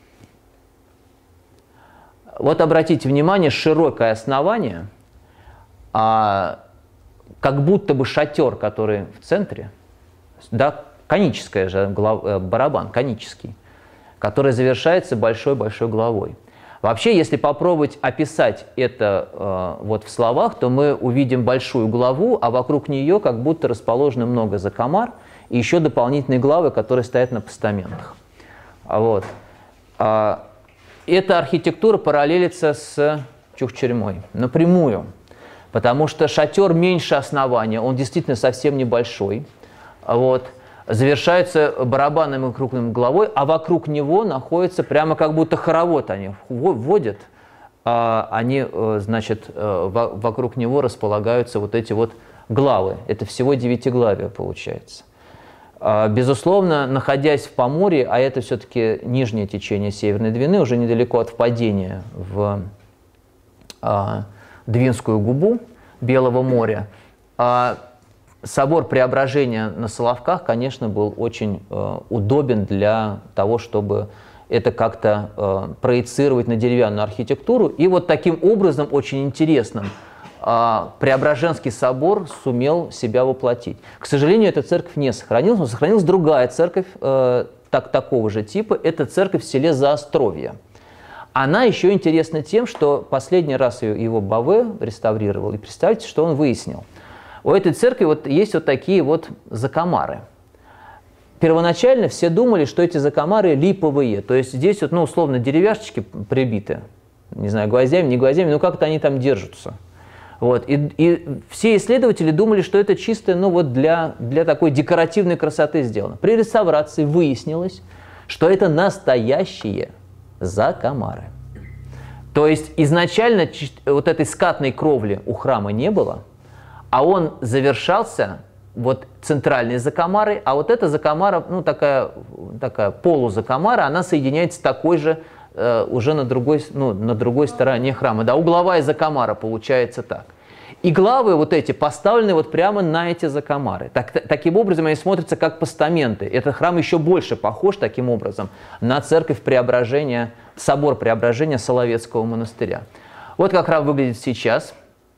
Вот обратите внимание, широкое основание, а, как будто бы шатер, который в центре, да, коническая же глав, барабан, конический, который завершается большой-большой главой. Вообще, если попробовать описать это э, вот в словах, то мы увидим большую главу, а вокруг нее как будто расположено много закомар и еще дополнительные главы, которые стоят на постаментах. Вот. А, эта архитектура параллелится с Чухчерьмой напрямую, потому что шатер меньше основания, он действительно совсем небольшой, вот, завершается барабанным и крупным головой, а вокруг него находится прямо как будто хоровод они вводят, а они, значит, вокруг него располагаются вот эти вот главы, это всего девятиглавие получается. Безусловно, находясь в Поморье, а это все-таки нижнее течение Северной Двины, уже недалеко от впадения в а, Двинскую губу Белого моря, а, собор Преображения на Соловках, конечно, был очень э, удобен для того, чтобы это как-то э, проецировать на деревянную архитектуру. И вот таким образом, очень интересным, э, Преображенский собор сумел себя воплотить. К сожалению, эта церковь не сохранилась, но сохранилась другая церковь э, так, такого же типа. Это церковь в селе Заостровье. Она еще интересна тем, что последний раз ее, его Баве реставрировал. И представьте, что он выяснил. У этой церкви вот есть вот такие вот закомары. Первоначально все думали, что эти закомары липовые, то есть здесь вот, ну, условно, деревяшечки прибиты, не знаю, гвоздями, не гвоздями, но как-то они там держатся. Вот. И, и все исследователи думали, что это чисто, ну, вот для, для такой декоративной красоты сделано. При реставрации выяснилось, что это настоящие закомары. То есть изначально вот этой скатной кровли у храма не было, а он завершался вот центральной закомарой, а вот эта закомара, ну такая, такая полузакомара, она соединяется с такой же э, уже на другой, ну, на другой стороне храма. Да, угловая закомара получается так. И главы вот эти поставлены вот прямо на эти закомары. Так, таким образом они смотрятся как постаменты. Этот храм еще больше похож таким образом на церковь Преображения, собор Преображения Соловецкого монастыря. Вот как храм выглядит сейчас.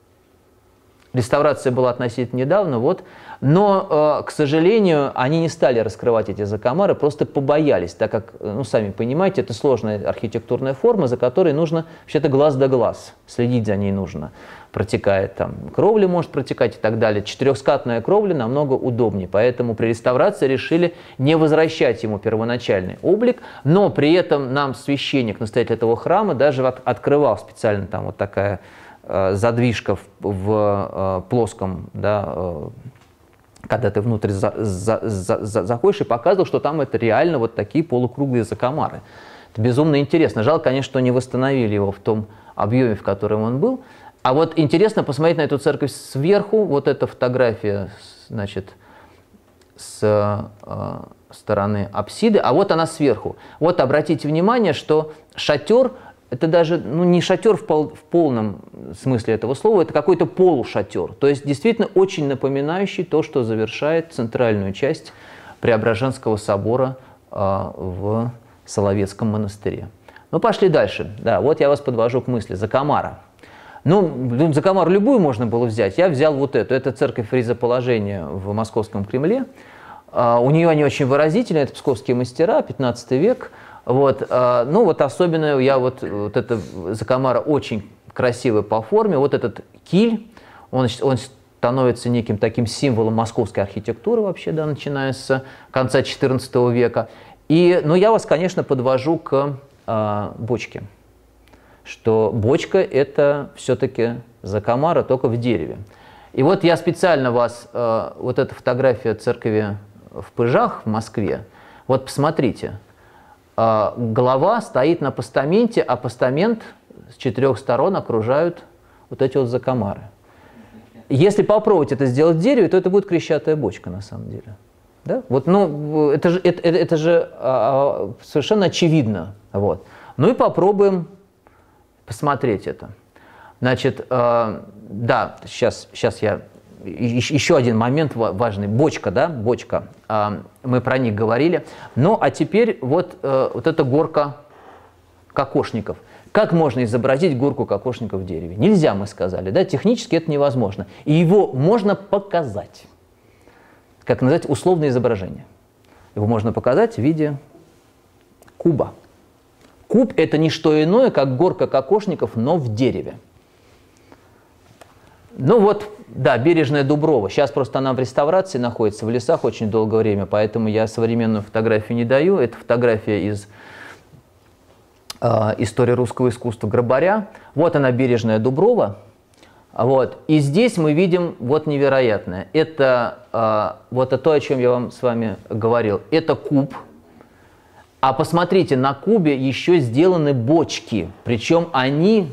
Реставрация была относительно недавно, вот. Но, э, к сожалению, они не стали раскрывать эти закомары, просто побоялись, так как, ну, сами понимаете, это сложная архитектурная форма, за которой нужно вообще-то глаз да глаз, следить за ней нужно. Протекает там, кровля может протекать и так далее. Четырехскатная кровля намного удобнее, поэтому при реставрации решили не возвращать ему первоначальный облик, но при этом нам священник, настоятель этого храма, даже от, открывал специально там вот такая задвижка в, в э, плоском, да, э, когда ты внутрь за, за, за, за, заходишь, и показывал, что там это реально вот такие полукруглые закомары. Это безумно интересно. Жалко, конечно, что не восстановили его в том объеме, в котором он был. А вот интересно посмотреть на эту церковь сверху. Вот эта фотография, значит, с э, стороны апсиды, а вот она сверху. Вот обратите внимание, что шатер — это даже, ну, не шатер в, пол, в полном смысле этого слова, это какой-то полушатер. То есть действительно очень напоминающий то, что завершает центральную часть Преображенского собора э, в Соловецком монастыре. Ну, пошли дальше. Да, вот я вас подвожу к мысли. Закомара. Ну, закомару любую можно было взять. Я взял вот эту. Это церковь Ризоположения в Московском Кремле. Э, у нее они очень выразительные. Это псковские мастера, пятнадцатый век. Вот, э, ну вот особенно я вот, вот эта закомара очень красивая по форме. Вот этот киль, он, он становится неким таким символом московской архитектуры вообще, да, начиная с конца четырнадцатого века. И, ну, я вас, конечно, подвожу к э, бочке, что бочка — это все-таки закомара, только в дереве. И вот я специально вас, э, вот эта фотография церкви в Пыжах в Москве, вот посмотрите. Голова стоит на постаменте, а постамент с четырех сторон окружают вот эти вот закомары. Если попробовать это сделать в дереве, то это будет крещатая бочка на самом деле. Да? Вот, ну, это же, это, это же а, совершенно очевидно. Вот. Ну и попробуем посмотреть это. Значит, э, да, сейчас, сейчас я... Еще один момент важный. Бочка, да, бочка. Мы про них говорили. Ну, а теперь вот, вот эта горка кокошников. Как можно изобразить горку кокошников в дереве? Нельзя, мы сказали, да, технически это невозможно. И его можно показать. Как назвать условное изображение? Его можно показать в виде куба. Куб – это не что иное, как горка кокошников, но в дереве. Ну вот, да, Бережная Дуброва. Сейчас просто она в реставрации находится в лесах очень долгое время, поэтому я современную фотографию не даю. Это фотография из э, истории русского искусства Грабаря. Вот она, Бережная Дуброва. Вот. И здесь мы видим вот невероятное. Это э, вот то, о чем я вам с вами говорил. Это куб. А посмотрите, на кубе еще сделаны бочки. Причем они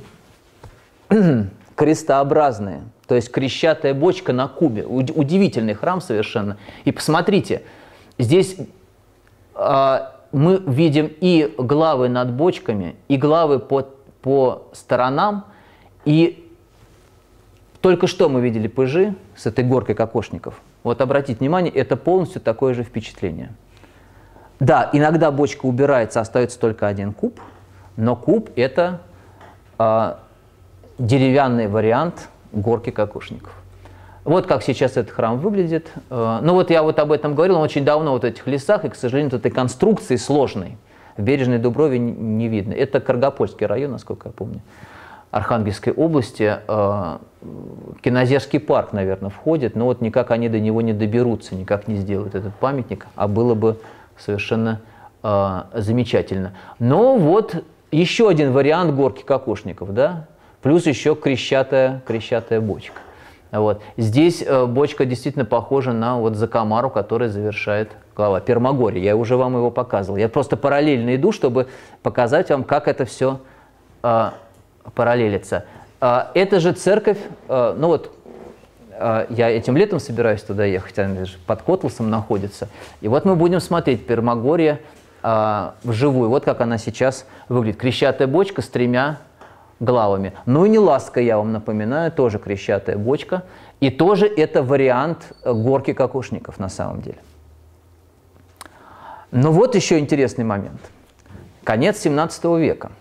крестообразные. То есть крещатая бочка на кубе. Удивительный храм совершенно. И посмотрите, Здесь э, мы видим и главы над бочками, и главы по, по сторонам, и только что мы видели пыжи с этой горкой кокошников. Вот обратите внимание, это полностью такое же впечатление. Да, иногда бочка убирается, остается только один куб, но куб – это э, деревянный вариант горки кокошников. Вот как сейчас этот храм выглядит. Э, ну вот я вот об этом говорил, он очень давно вот в этих лесах, и, к сожалению, вот этой конструкции сложной в Бережной Дуброве не, не видно. Это Каргопольский район, насколько я помню, Архангельской области. Э, Кинозерский парк, наверное, входит, но вот никак они до него не доберутся, никак не сделают этот памятник, а было бы совершенно э, замечательно. Но вот еще один вариант горки кокошников, да, плюс еще крещатая, крещатая бочка. Вот. Здесь э, бочка действительно похожа на вот Закомару, которая завершает глава Пермогорье. Я уже вам его показывал. Я просто параллельно иду, чтобы показать вам, как это все э, параллелится. Э, это же церковь, э, ну вот, я этим летом собираюсь туда ехать, она же под Котласом находится. И вот мы будем смотреть Пермогорье а, вживую. Вот как она сейчас выглядит. Крещатая бочка с тремя главами. Ну и Неласска, я вам напоминаю, тоже крещатая бочка. И тоже это вариант горки кокошников на самом деле. Но вот еще интересный момент. Конец семнадцатого века.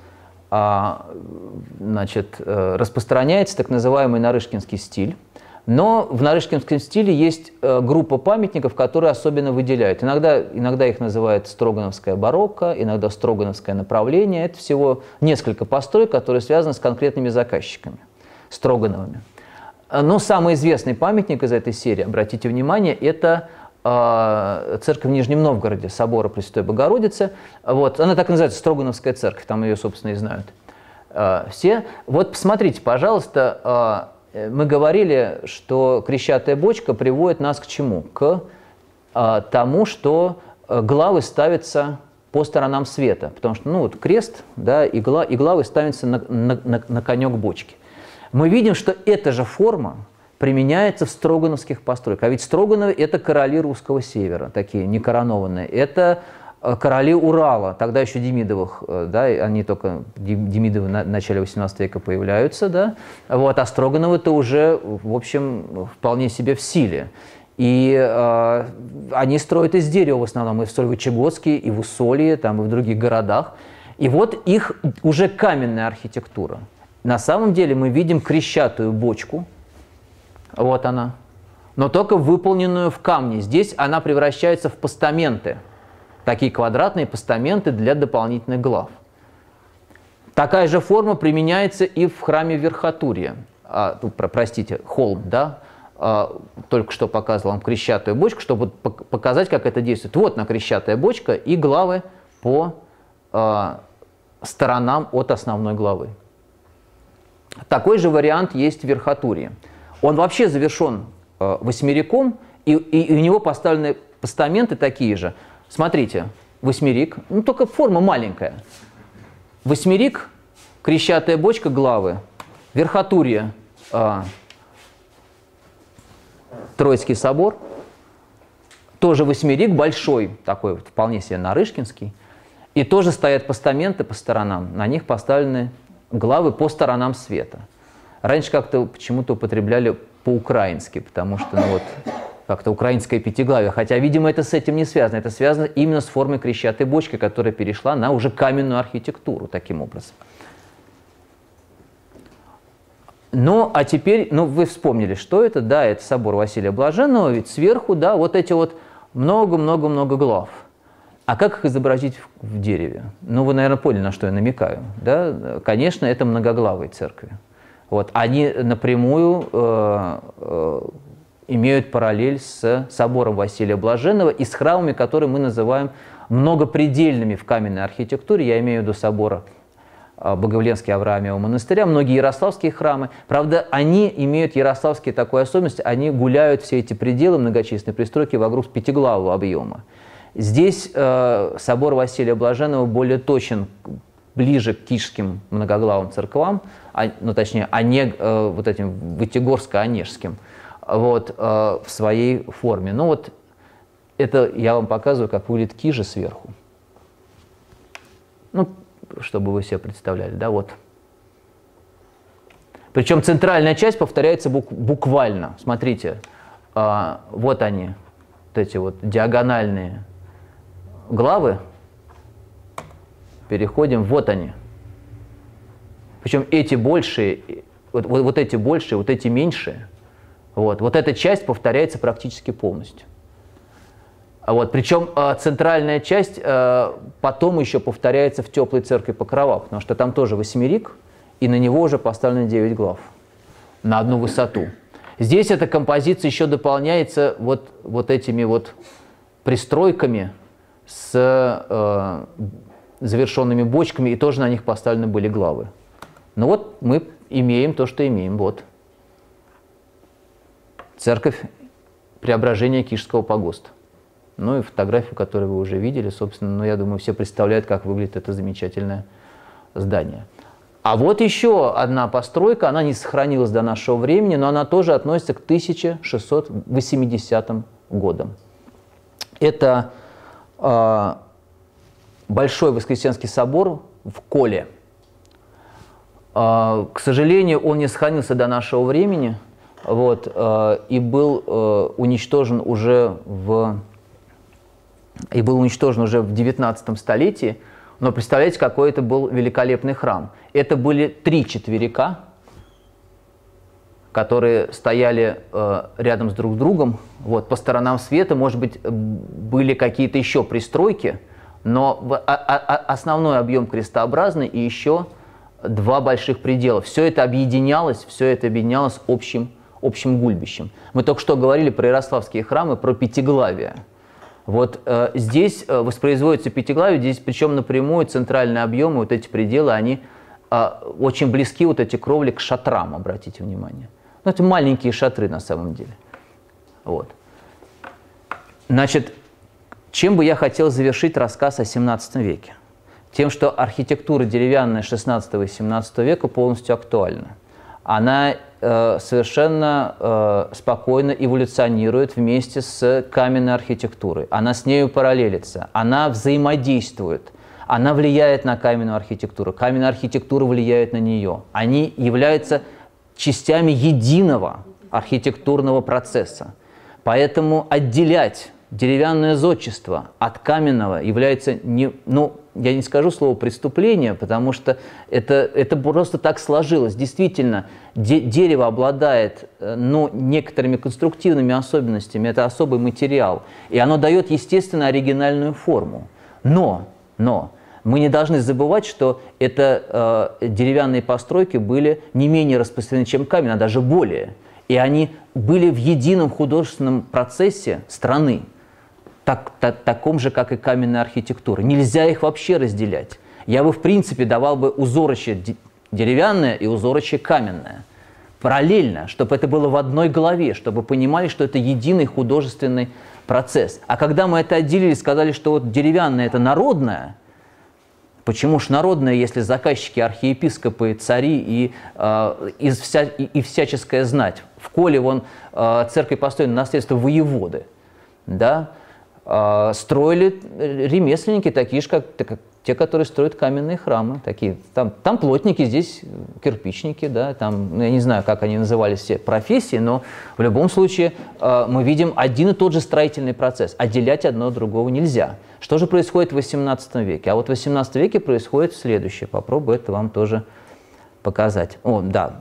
А, значит, распространяется так называемый нарышкинский стиль. Но в нарышкинском стиле есть э, группа памятников, которые особенно выделяют. Иногда, иногда их называют строгановская барокко, иногда строгановское направление. Это всего несколько построек, которые связаны с конкретными заказчиками, Строгановыми. Но самый известный памятник из этой серии, обратите внимание, это э, церковь в Нижнем Новгороде, собора Пресвятой Богородицы. Вот. Она так и называется, Строгановская церковь, там ее, собственно, и знают э, все. Вот посмотрите, пожалуйста, э, мы говорили, что крещатая бочка приводит нас к чему? К а, тому, что главы ставятся по сторонам света. Потому что ну, вот крест, да, и, гла, и главы ставятся на, на, на, на конек бочки. Мы видим, что эта же форма применяется в строгановских постройках. А ведь Строгановы – это короли русского севера, такие некоронованные. Это короли Урала, тогда еще Демидовых, да, они только, Демидовы в начале восемнадцатого века появляются, да, вот, а Строгановы-то уже, в общем, вполне себе в силе. И э, они строят из дерева в основном, и в Сольвычегодске, и в Усолье, там, и в других городах. И вот их уже каменная архитектура. На самом деле мы видим крещатую бочку, вот она, но только выполненную в камне. Здесь она превращается в постаменты. Такие квадратные постаменты для дополнительных глав. Такая же форма применяется и в храме Верхотурья. А, простите, холм, да? А, только что показывал вам крещатую бочку, чтобы показать, как это действует. Вот на крещатая бочка и главы по а, сторонам от основной главы. Такой же вариант есть в Верхотурье. Он вообще завершен а, восьмериком, и, и, и у него поставлены постаменты такие же. Смотрите, восьмерик, ну только форма маленькая. Восьмерик, крещатая бочка, главы. Верхотурье, э, Троицкий собор. Тоже восьмерик, большой, такой вот, вполне себе нарышкинский. И тоже стоят постаменты по сторонам. На них поставлены главы по сторонам света. Раньше как-то почему-то употребляли по-украински, потому что, ну вот, как-то украинское пятиглавие. Хотя, видимо, это с этим не связано. Это связано именно с формой крещатой бочки, которая перешла на уже каменную архитектуру таким образом. Ну, а теперь, ну, вы вспомнили, что это? Да, это собор Василия Блаженного, ведь сверху, да, вот эти вот много-много-много глав. А как их изобразить в, в дереве? Ну, вы, наверное, поняли, на что я намекаю. Да? Конечно, это многоглавые церкви. Вот. Они напрямую э, э, имеют параллель с собором Василия Блаженного и с храмами, которые мы называем многопредельными в каменной архитектуре. Я имею в виду собора Боговленский Авраамиева монастыря, многие ярославские храмы. Правда, они имеют ярославские такую особенность, они гуляют все эти пределы многочисленной пристройки вокруг пятиглавого объема. Здесь э, собор Василия Блаженного более точен, ближе к кишским многоглавым церквам, а, ну точнее, а не э, вот этим вытегорско-онежским. Вот, э, в своей форме. Ну вот это я вам показываю, как выглядит кижа сверху. Ну, чтобы вы себе представляли, да, вот. Причем центральная часть повторяется бук буквально. Смотрите, а, вот они, вот эти вот диагональные главы. Переходим, вот они. Причем эти большие, вот, вот, вот эти большие, вот эти меньшие. Вот, вот эта часть повторяется практически полностью. Вот, причем э, центральная часть э, потом еще повторяется в теплой церкви Покрова, потому что там тоже восьмерик, и на него уже поставлено девять глав на одну высоту. Здесь эта композиция еще дополняется вот, вот этими вот пристройками с э, завершенными бочками, и тоже на них поставлены были главы. Ну вот мы имеем то, что имеем. Вот. Церковь Преображения Кижского погоста. Ну и фотографию, которую вы уже видели, собственно, ну, я думаю, все представляют, как выглядит это замечательное здание. А вот еще одна постройка, она не сохранилась до нашего времени, но она тоже относится к тысяча шестьсот восьмидесятым годам. Это э, Большой Воскресенский собор в Коле. Э, к сожалению, он не сохранился до нашего времени. Вот, э, и был э, уничтожен уже в и был уничтожен уже в девятнадцатом столетии. Но представляете, какой это был великолепный храм. Это были три четверика, которые стояли э, рядом с друг другом. Вот, по сторонам света, может быть, были какие-то еще пристройки, но в, а, а, основной объем крестообразный и еще два больших предела. Все это объединялось, все это объединялось общим общим гульбищем. Мы только что говорили про ярославские храмы, про пятиглавие. Вот э, здесь э, воспроизводится пятиглавие, здесь причем напрямую центральные объемы, вот эти пределы, они э, очень близки, вот эти кровли, к шатрам, обратите внимание. Ну, это маленькие шатры на самом деле. Вот. Значит, чем бы я хотел завершить рассказ о семнадцатом веке? Тем, что архитектура деревянная шестнадцатого и семнадцатого века полностью актуальна. Она э, совершенно э, спокойно эволюционирует вместе с каменной архитектурой. Она с нею параллелится, она взаимодействует, она влияет на каменную архитектуру, каменная архитектура влияет на нее. Они являются частями единого архитектурного процесса. Поэтому отделять деревянное зодчество от каменного является, не, ну, я не скажу слово преступление, потому что это, это просто так сложилось. Действительно, де, дерево обладает ну, некоторыми конструктивными особенностями, это особый материал, и оно дает, естественно, оригинальную форму. Но, но мы не должны забывать, что это, э, деревянные постройки были не менее распространены, чем камень, а даже более. И они были в едином художественном процессе страны. Так, так, таком же, как и каменная архитектура. Нельзя их вообще разделять. Я бы, в принципе, давал бы узорочье деревянное и узорочье каменное. Параллельно, чтобы это было в одной голове, чтобы понимали, что это единый художественный процесс. А когда мы это отделили, сказали, что вот деревянное – это народное, почему ж народное, если заказчики, архиепископы, цари и, э, и, вся, и, и всяческая знать? В Коле вон, э, церковь построена на средства воеводы, да? Строили ремесленники, такие же, как, как те, которые строят каменные храмы. Такие. Там, там плотники, здесь кирпичники, да, там, ну, я не знаю, как они назывались все профессии, но в любом случае э, мы видим один и тот же строительный процесс. Отделять одно от другого нельзя. Что же происходит в восемнадцатом веке? А вот в восемнадцатом веке происходит следующее. Попробую это вам тоже показать. О, да,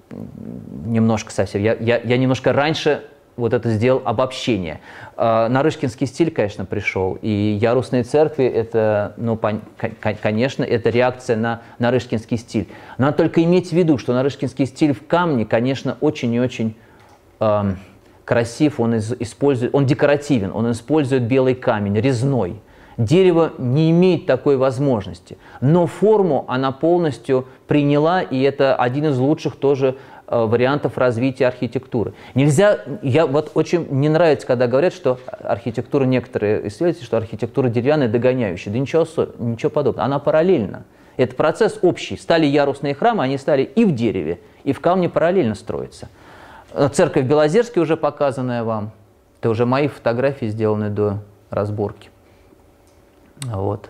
немножко совсем. Я, я, я немножко раньше вот это сделал обобщение. Нарышкинский стиль, конечно, пришел, и ярусные церкви, это, ну, конечно, это реакция на нарышкинский стиль. Но надо только иметь в виду, что нарышкинский стиль в камне, конечно, очень и очень э, красив, он, из, использует, он декоративен, он использует белый камень, резной. Дерево не имеет такой возможности, но форму она полностью приняла, и это один из лучших тоже вариантов развития архитектуры. Нельзя, я вот очень не нравится, когда говорят, что архитектура, некоторые исследователи, что архитектура деревянная догоняющая. Да ничего, ничего подобного, она параллельна. Это процесс общий. Стали ярусные храмы, они стали и в дереве, и в камне параллельно строиться. Церковь Белозерский, уже показанная вам, Это уже мои фотографии, сделаны до разборки. Вот.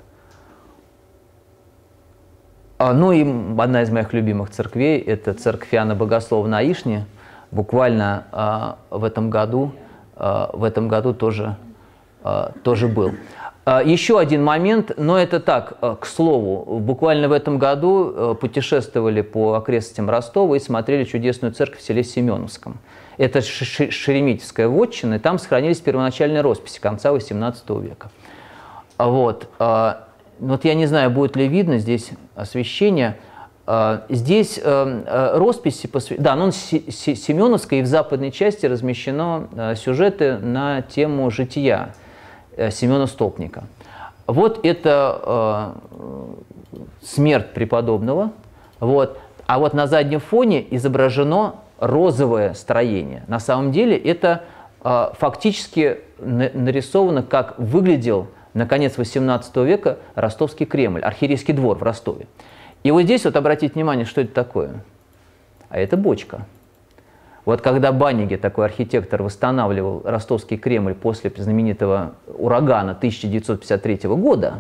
А, ну и одна из моих любимых церквей – это церковь Иоанна Богослова на Ишне. Буквально а, в этом году, а, в этом году тоже, а, тоже был. А, еще один момент, но это так, а, к слову. Буквально в этом году а, путешествовали по окрестностям Ростова и смотрели чудесную церковь в селе Семеновском. Это Шереметьевская вотчина, и там сохранились первоначальные росписи конца восемнадцатого века. Вот. Вот я не знаю, будет ли видно здесь освещение. Здесь росписи, посвя... да, ну, Семеновской, и в западной части размещено сюжеты на тему жития Семена Столпника. Вот это смерть преподобного, вот. А вот на заднем фоне изображено розовое строение. На самом деле это фактически нарисовано, как выглядел на конец восемнадцатого века Ростовский Кремль, архиерейский двор в Ростове. И вот здесь вот обратите внимание, что это такое. А это бочка. Вот когда Банниге, такой архитектор, восстанавливал Ростовский Кремль после знаменитого урагана тысяча девятьсот пятьдесят третьего года,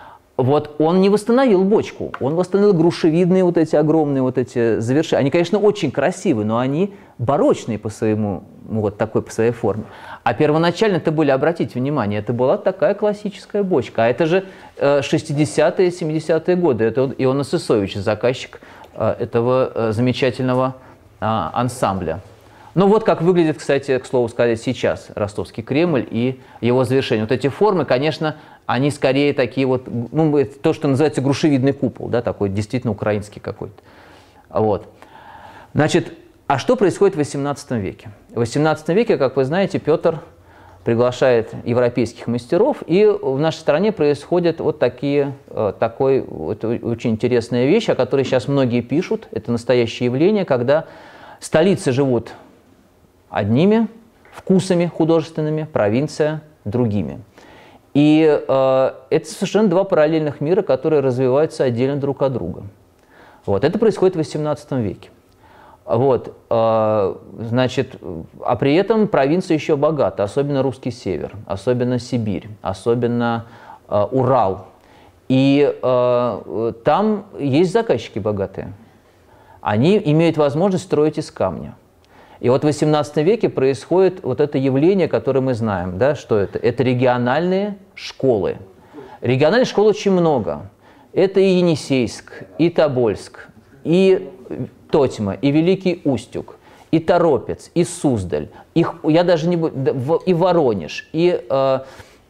вот он не восстановил бочку, он восстановил грушевидные вот эти огромные вот эти завершения. Они, конечно, очень красивые, но они барочные по своему, вот такой по своей форме. А первоначально это были, обратите внимание, это была такая классическая бочка. А это же шестидесятые, семидесятые годы. Это Иоанн Сысоевич, заказчик этого замечательного ансамбля. Ну вот как выглядит, кстати, к слову сказать, сейчас Ростовский Кремль и его завершение. Вот эти формы, конечно, они скорее такие вот, ну, то, что называется грушевидный купол, да, такой действительно украинский какой-то. Вот. Значит, а что происходит в восемнадцатом веке? В восемнадцатом веке, как вы знаете, Петр приглашает европейских мастеров, и в нашей стране происходят вот такие, такой, вот очень интересная вещь, о которой сейчас многие пишут. Это настоящее явление, когда столицы живут одними вкусами художественными, провинция другими. И э, это совершенно два параллельных мира, которые развиваются отдельно друг от друга. Вот. Это происходит в восемнадцатом веке. Вот. Э, значит, а при этом провинция еще богата, особенно русский север, особенно Сибирь, особенно э, Урал. И э, там есть заказчики богатые. Они имеют возможность строить из камня. И вот в восемнадцатом веке происходит вот это явление, которое мы знаем. Да, что это? Это региональные школы. Региональных школ очень много. Это и Енисейск, и Тобольск, и Тотьма, и Великий Устюг, и Торопец, и Суздаль, их, я даже не буду, и Воронеж, и, э,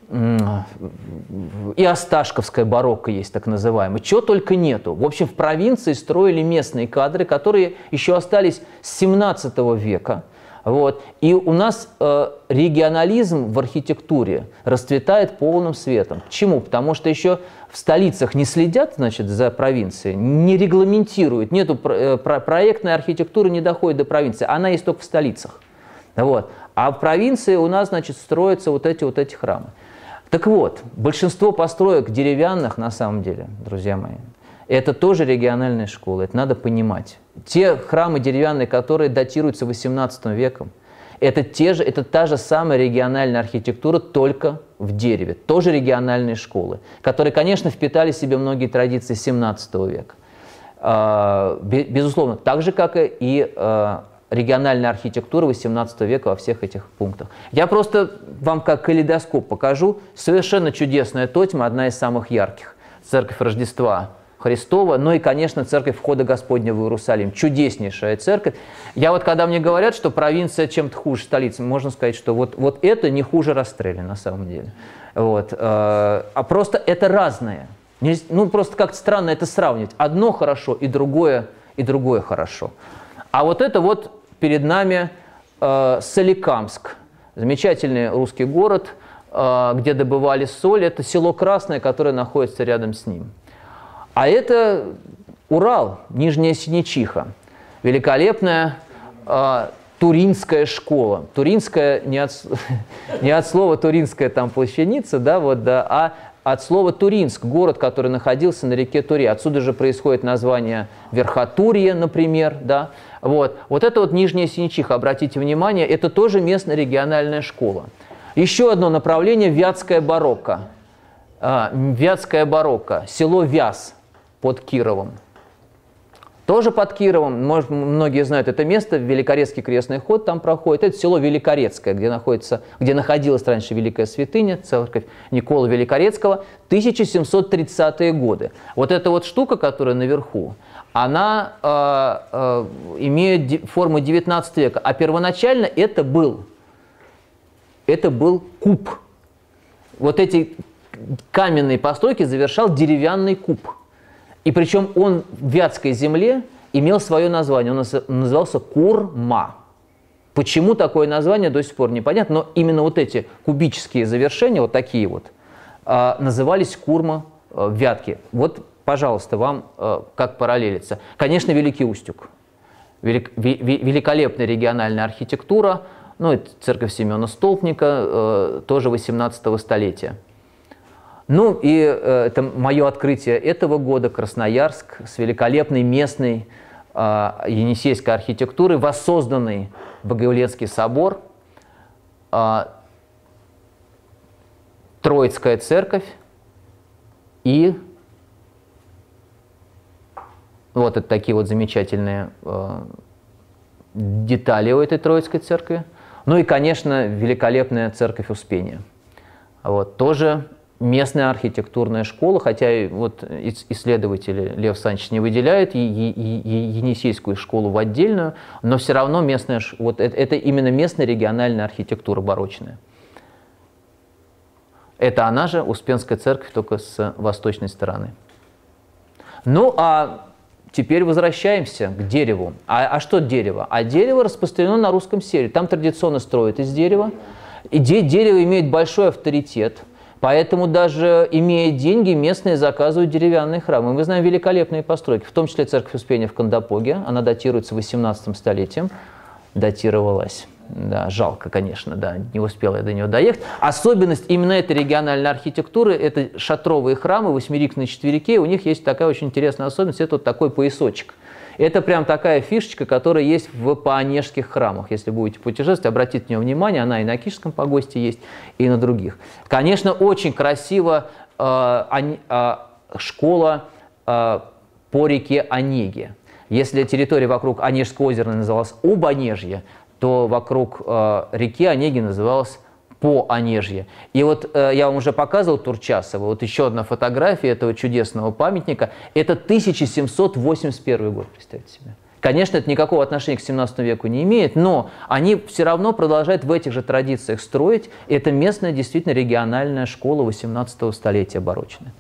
и Осташковская барокко есть так называемая. Чего только нету. В общем, в провинции строили местные кадры, которые еще остались с семнадцатого века. Вот. И у нас э, регионализм в архитектуре расцветает полным светом. Почему? Потому что еще в столицах не следят, значит, за провинцией, не регламентируют, нету про, про, проектная архитектура не доходит до провинции, она есть только в столицах. Вот. А в провинции у нас, значит, строятся вот эти вот эти храмы. Так вот, большинство построек деревянных, на самом деле, друзья мои, это тоже региональные школы, это надо понимать. Те храмы деревянные, которые датируются восемнадцатым веком, это, те же, это та же самая региональная архитектура, только в дереве. Тоже региональные школы, которые, конечно, впитали в себе многие традиции семнадцатого века. Безусловно, так же, как и региональная архитектура восемнадцатого века во всех этих пунктах. Я просто вам как калейдоскоп покажу. Совершенно чудесная Тотьма, одна из самых ярких. Церковь Рождества Христова, ну и, конечно, церковь Входа Господня в Иерусалим. Чудеснейшая церковь. Я вот, когда мне говорят, что провинция чем-то хуже столицы, можно сказать, что вот, вот это не хуже Растрелли на самом деле. Вот. А просто это разное. Ну, просто как-то странно это сравнивать. Одно хорошо, и другое, и другое хорошо. А вот это вот перед нами э, Соликамск. Замечательный русский город, э, где добывали соль. Это село Красное, которое находится рядом с ним. А это Урал, Нижняя Синечиха. Великолепная э, туринская школа. Туринская не от, не от слова туринская там плащаница, да, вот, да, а от слова Туринск, город, который находился на реке Туре. Отсюда же происходит название Верхотурье, например. Да? Вот. Вот это вот Нижняя Синечиха, обратите внимание, это тоже местная региональная школа. Еще одно направление – Вятская барокко. А, Вятская барокко, село Вяз под Кировом. Тоже под Кировом, может, многие знают это место, Великорецкий крестный ход там проходит. Это село Великорецкое, где, находится, где находилась раньше Великая святыня, церковь Николы Великорецкого, тысяча семьсот тридцатые годы. Вот эта вот штука, которая наверху, она э, э, имеет форму девятнадцатого века, а первоначально это был, это был куб. Вот эти каменные постройки завершал деревянный куб. И причем он в Вятской земле имел свое название, он назывался Курма. Почему такое название, до сих пор непонятно, но именно вот эти кубические завершения, вот такие вот, назывались Курма в Вятке. Вот, пожалуйста, вам как параллелится. Конечно, Великий Устюг. Велик, великолепная региональная архитектура, ну, это церковь Семена Столпника, тоже восемнадцатого столетия. Ну и э, это мое открытие этого года, Красноярск, с великолепной местной э, енисейской архитектурой, воссозданный Богоявленский собор, э, Троицкая церковь и вот это такие вот замечательные э, детали у этой Троицкой церкви. Ну и, конечно, великолепная церковь Успения. Вот, тоже местная архитектурная школа, хотя вот исследователи Лев Санч не выделяют Енисейскую школу в отдельную, но все равно местная, вот это, это именно местная региональная архитектура барочная. Это она же, Успенская церковь, только с восточной стороны. Ну а теперь возвращаемся к дереву. А, а что дерево? А дерево распространено на русском севере. Там традиционно строят из дерева. И де дерево имеет большой авторитет. Поэтому даже имея деньги, местные заказывают деревянные храмы. Мы знаем великолепные постройки, в том числе церковь Успения в Кандапоге. Она датируется восемнадцатым столетием. Датировалась. Да, жалко, конечно, да, не успела я до нее доехать. Особенность именно этой региональной архитектуры – это шатровые храмы, восьмерикные четверики. У них есть такая очень интересная особенность – это вот такой поясочек. Это прям такая фишечка, которая есть в паонежских храмах. Если будете путешествовать, обратите на нее внимание, она и на Кишском погосте есть, и на других. Конечно, очень красиво э, э, школа э, по реке Онеге. Если территория вокруг Онежского озера называлась Обонежье, то вокруг э, реки Онеги называлась Поонежье. И вот э, я вам уже показывал Турчасова, вот еще одна фотография этого чудесного памятника. Это тысяча семьсот восемьдесят первый год, представьте себе. Конечно, это никакого отношения к семнадцатому веку не имеет, но они все равно продолжают в этих же традициях строить. Это местная, действительно, региональная школа восемнадцатого столетия барочная.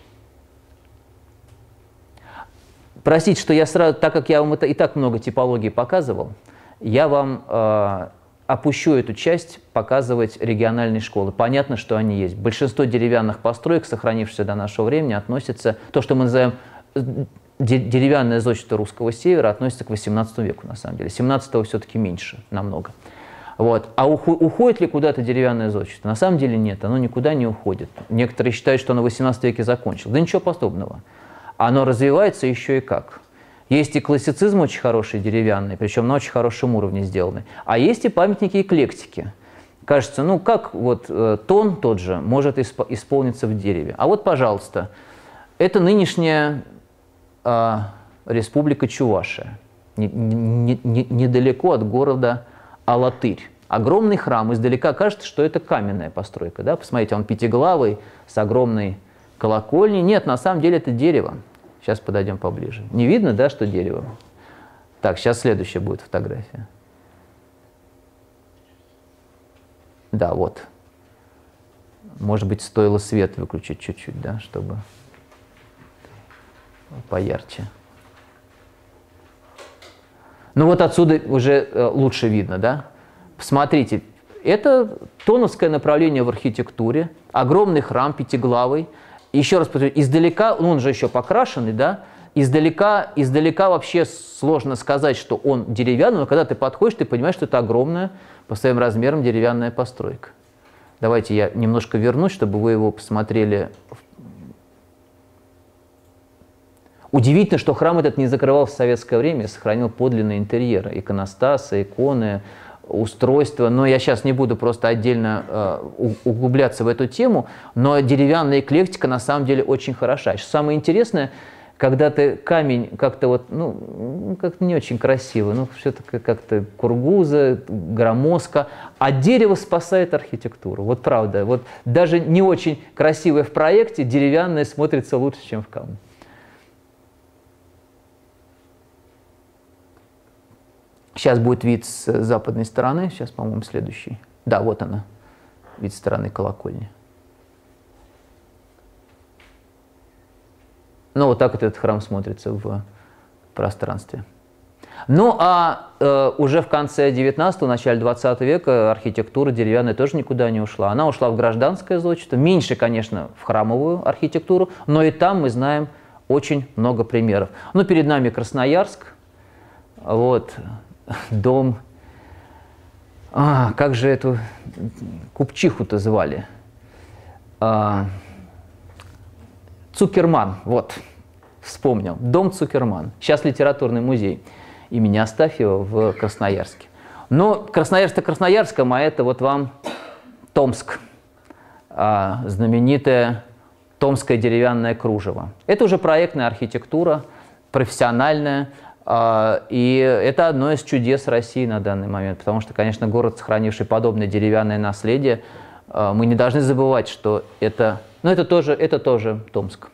Простите, что я сразу, так как я вам это и так много типологий показывал, я вам э, опущу эту часть показывать региональные школы. Понятно, что они есть. Большинство деревянных построек, сохранившихся до нашего времени, относятся, то, что мы называем деревянное зодчество русского севера, относится к восемнадцатому веку, на самом деле. семнадцатого все-таки меньше намного. Вот. А уходит ли куда-то деревянное зодчество? На самом деле нет, оно никуда не уходит. Некоторые считают, что оно в восемнадцатом веке закончилось. Да ничего подобного. Оно развивается еще и как. Есть и классицизм очень хороший, деревянный, причем на очень хорошем уровне сделанный. А есть и памятники эклектики. Кажется, ну как вот э, тон тот же может исп исполниться в дереве. А вот, пожалуйста, это нынешняя э, республика Чувашия, не, не, не, недалеко от города Алатырь. Огромный храм, издалека кажется, что это каменная постройка. Да? Посмотрите, он пятиглавый, с огромной колокольней. Нет, на самом деле это дерево. Сейчас подойдем поближе. Не видно, да, что дерево? Так, сейчас следующая будет фотография. Да, вот. Может быть, стоило свет выключить чуть-чуть, да, чтобы поярче. Ну вот отсюда уже лучше видно, да? Посмотрите, это тоновское направление в архитектуре. Огромный храм пятиглавый. Еще раз повторю, издалека, ну он же еще покрашенный, да, издалека, издалека вообще сложно сказать, что он деревянный, но когда ты подходишь, ты понимаешь, что это огромная по своим размерам деревянная постройка. Давайте я немножко вернусь, чтобы вы его посмотрели. Удивительно, что храм этот не закрывал в советское время, сохранил подлинные интерьеры, иконостасы, иконы, устройства. Но я сейчас не буду просто отдельно э, углубляться в эту тему, но деревянная эклектика на самом деле очень хороша. Что самое интересное, когда ты камень как-то вот, ну, как-то не очень красиво, ну, все-таки как-то кургуза, громоздко, а дерево спасает архитектуру. Вот правда. Вот даже не очень красивое в проекте, деревянное смотрится лучше, чем в камне. Сейчас будет вид с западной стороны, сейчас, по-моему, следующий. Да, вот она, вид с стороны колокольни. Ну, вот так вот этот храм смотрится в пространстве. Ну, а э, уже в конце девятнадцатого, начале двадцатого века архитектура деревянная тоже никуда не ушла. Она ушла в гражданское зодчество, меньше, конечно, в храмовую архитектуру, но и там мы знаем очень много примеров. Ну, перед нами Красноярск, вот, дом, а, как же эту купчиху-то звали? А, Цукерман, вот, вспомнил, дом Цукерман. Сейчас литературный музей имени Астафьева в Красноярске. Но Красноярск-то Красноярском, а это вот вам Томск, а, знаменитое томское деревянное кружево. Это уже проектная архитектура, профессиональная, а, и это одно из чудес России на данный момент, потому что, конечно, город, сохранивший подобное деревянное наследие, а, мы не должны забывать, что это... Но это тоже, это тоже Томск.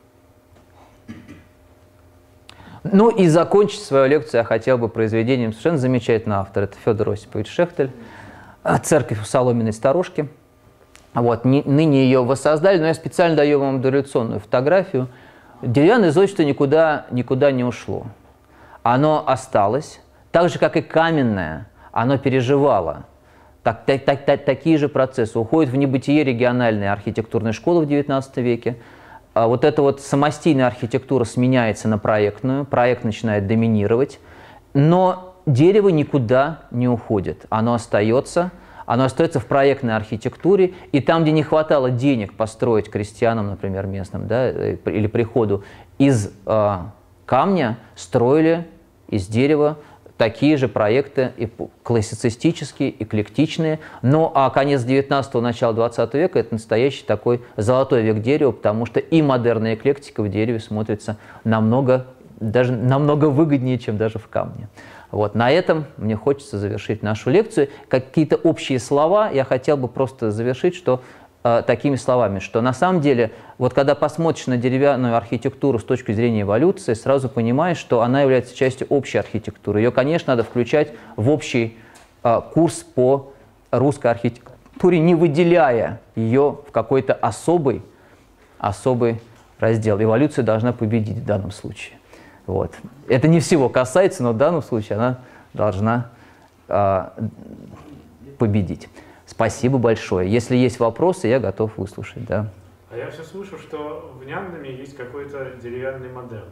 Ну и закончить свою лекцию я хотел бы произведением совершенно замечательного автора. Это Федор Осипович Шехтель, «Церковь у соломенной сторожки». Вот, ныне ее воссоздали, но я специально даю вам дореволюционную фотографию. Деревянное зодчество никуда, никуда не ушло. Оно осталось, так же, как и каменное, оно переживало. Так, так, так, так, такие же процессы. Уходит в небытие региональная архитектурная школа в девятнадцатом веке. А вот эта вот самостийная архитектура сменяется на проектную, проект начинает доминировать, но дерево никуда не уходит. Оно остается, оно остается в проектной архитектуре, и там, где не хватало денег построить крестьянам, например, местным, да, или приходу, из э, камня строили из дерева такие же проекты и классицистические, эклектичные. Ну, а конец девятнадцатого, начало двадцатого века – это настоящий такой золотой век дерева, потому что и модерная эклектика в дереве смотрится намного, даже намного выгоднее, чем даже в камне. Вот. На этом мне хочется завершить нашу лекцию. Какие-то общие слова я хотел бы просто завершить, что э, такими словами, что на самом деле, вот когда посмотришь на деревянную архитектуру с точки зрения эволюции, сразу понимаешь, что она является частью общей архитектуры. Ее, конечно, надо включать в общий э, курс по русской архитектуре, не выделяя ее в какой-то особый, особый раздел. Эволюция должна победить в данном случае. Вот. Это не всего касается, но в данном случае она должна э, победить. Спасибо большое. Если есть вопросы, я готов выслушать. Да. А я все слышу, что в Няндаме есть какой-то деревянный модерн.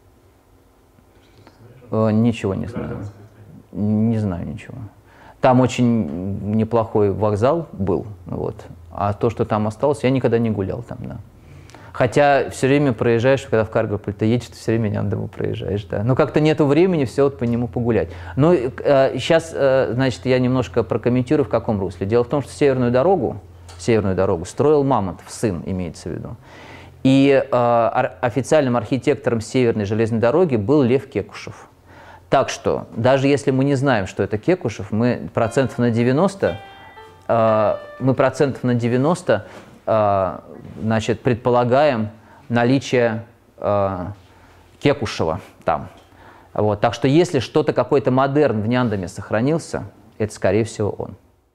Э, ничего не знаю. Не знаю ничего. Там очень неплохой вокзал был, вот. А то, что там осталось, я никогда не гулял там, да. Хотя все время проезжаешь, когда в Каргополь ты едешь, ты все время Няндаму проезжаешь, да. Но как-то нету времени все вот по нему погулять. Ну, э, сейчас, э, значит, я немножко прокомментирую, в каком русле. Дело в том, что Северную дорогу, Северную дорогу строил Мамонтов, сын, имеется в виду. И э, официальным архитектором Северной железной дороги был Лев Кекушев. Так что, даже если мы не знаем, что это Кекушев, мы процентов на девяносто, э, мы процентов на девяносто э, значит, предполагаем наличие э, Кекушева там. Вот. Так что если что-то, какой-то модерн в Няндаме сохранился, это, скорее всего, он.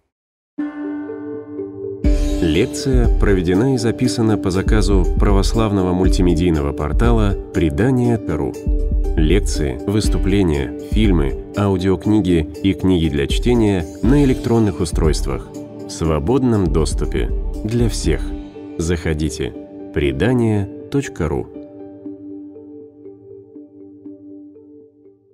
Лекция проведена и записана по заказу православного мультимедийного портала предания точка ру. Лекции, выступления, фильмы, аудиокниги и книги для чтения на электронных устройствах в свободном доступе для всех. Заходите предания точка ру.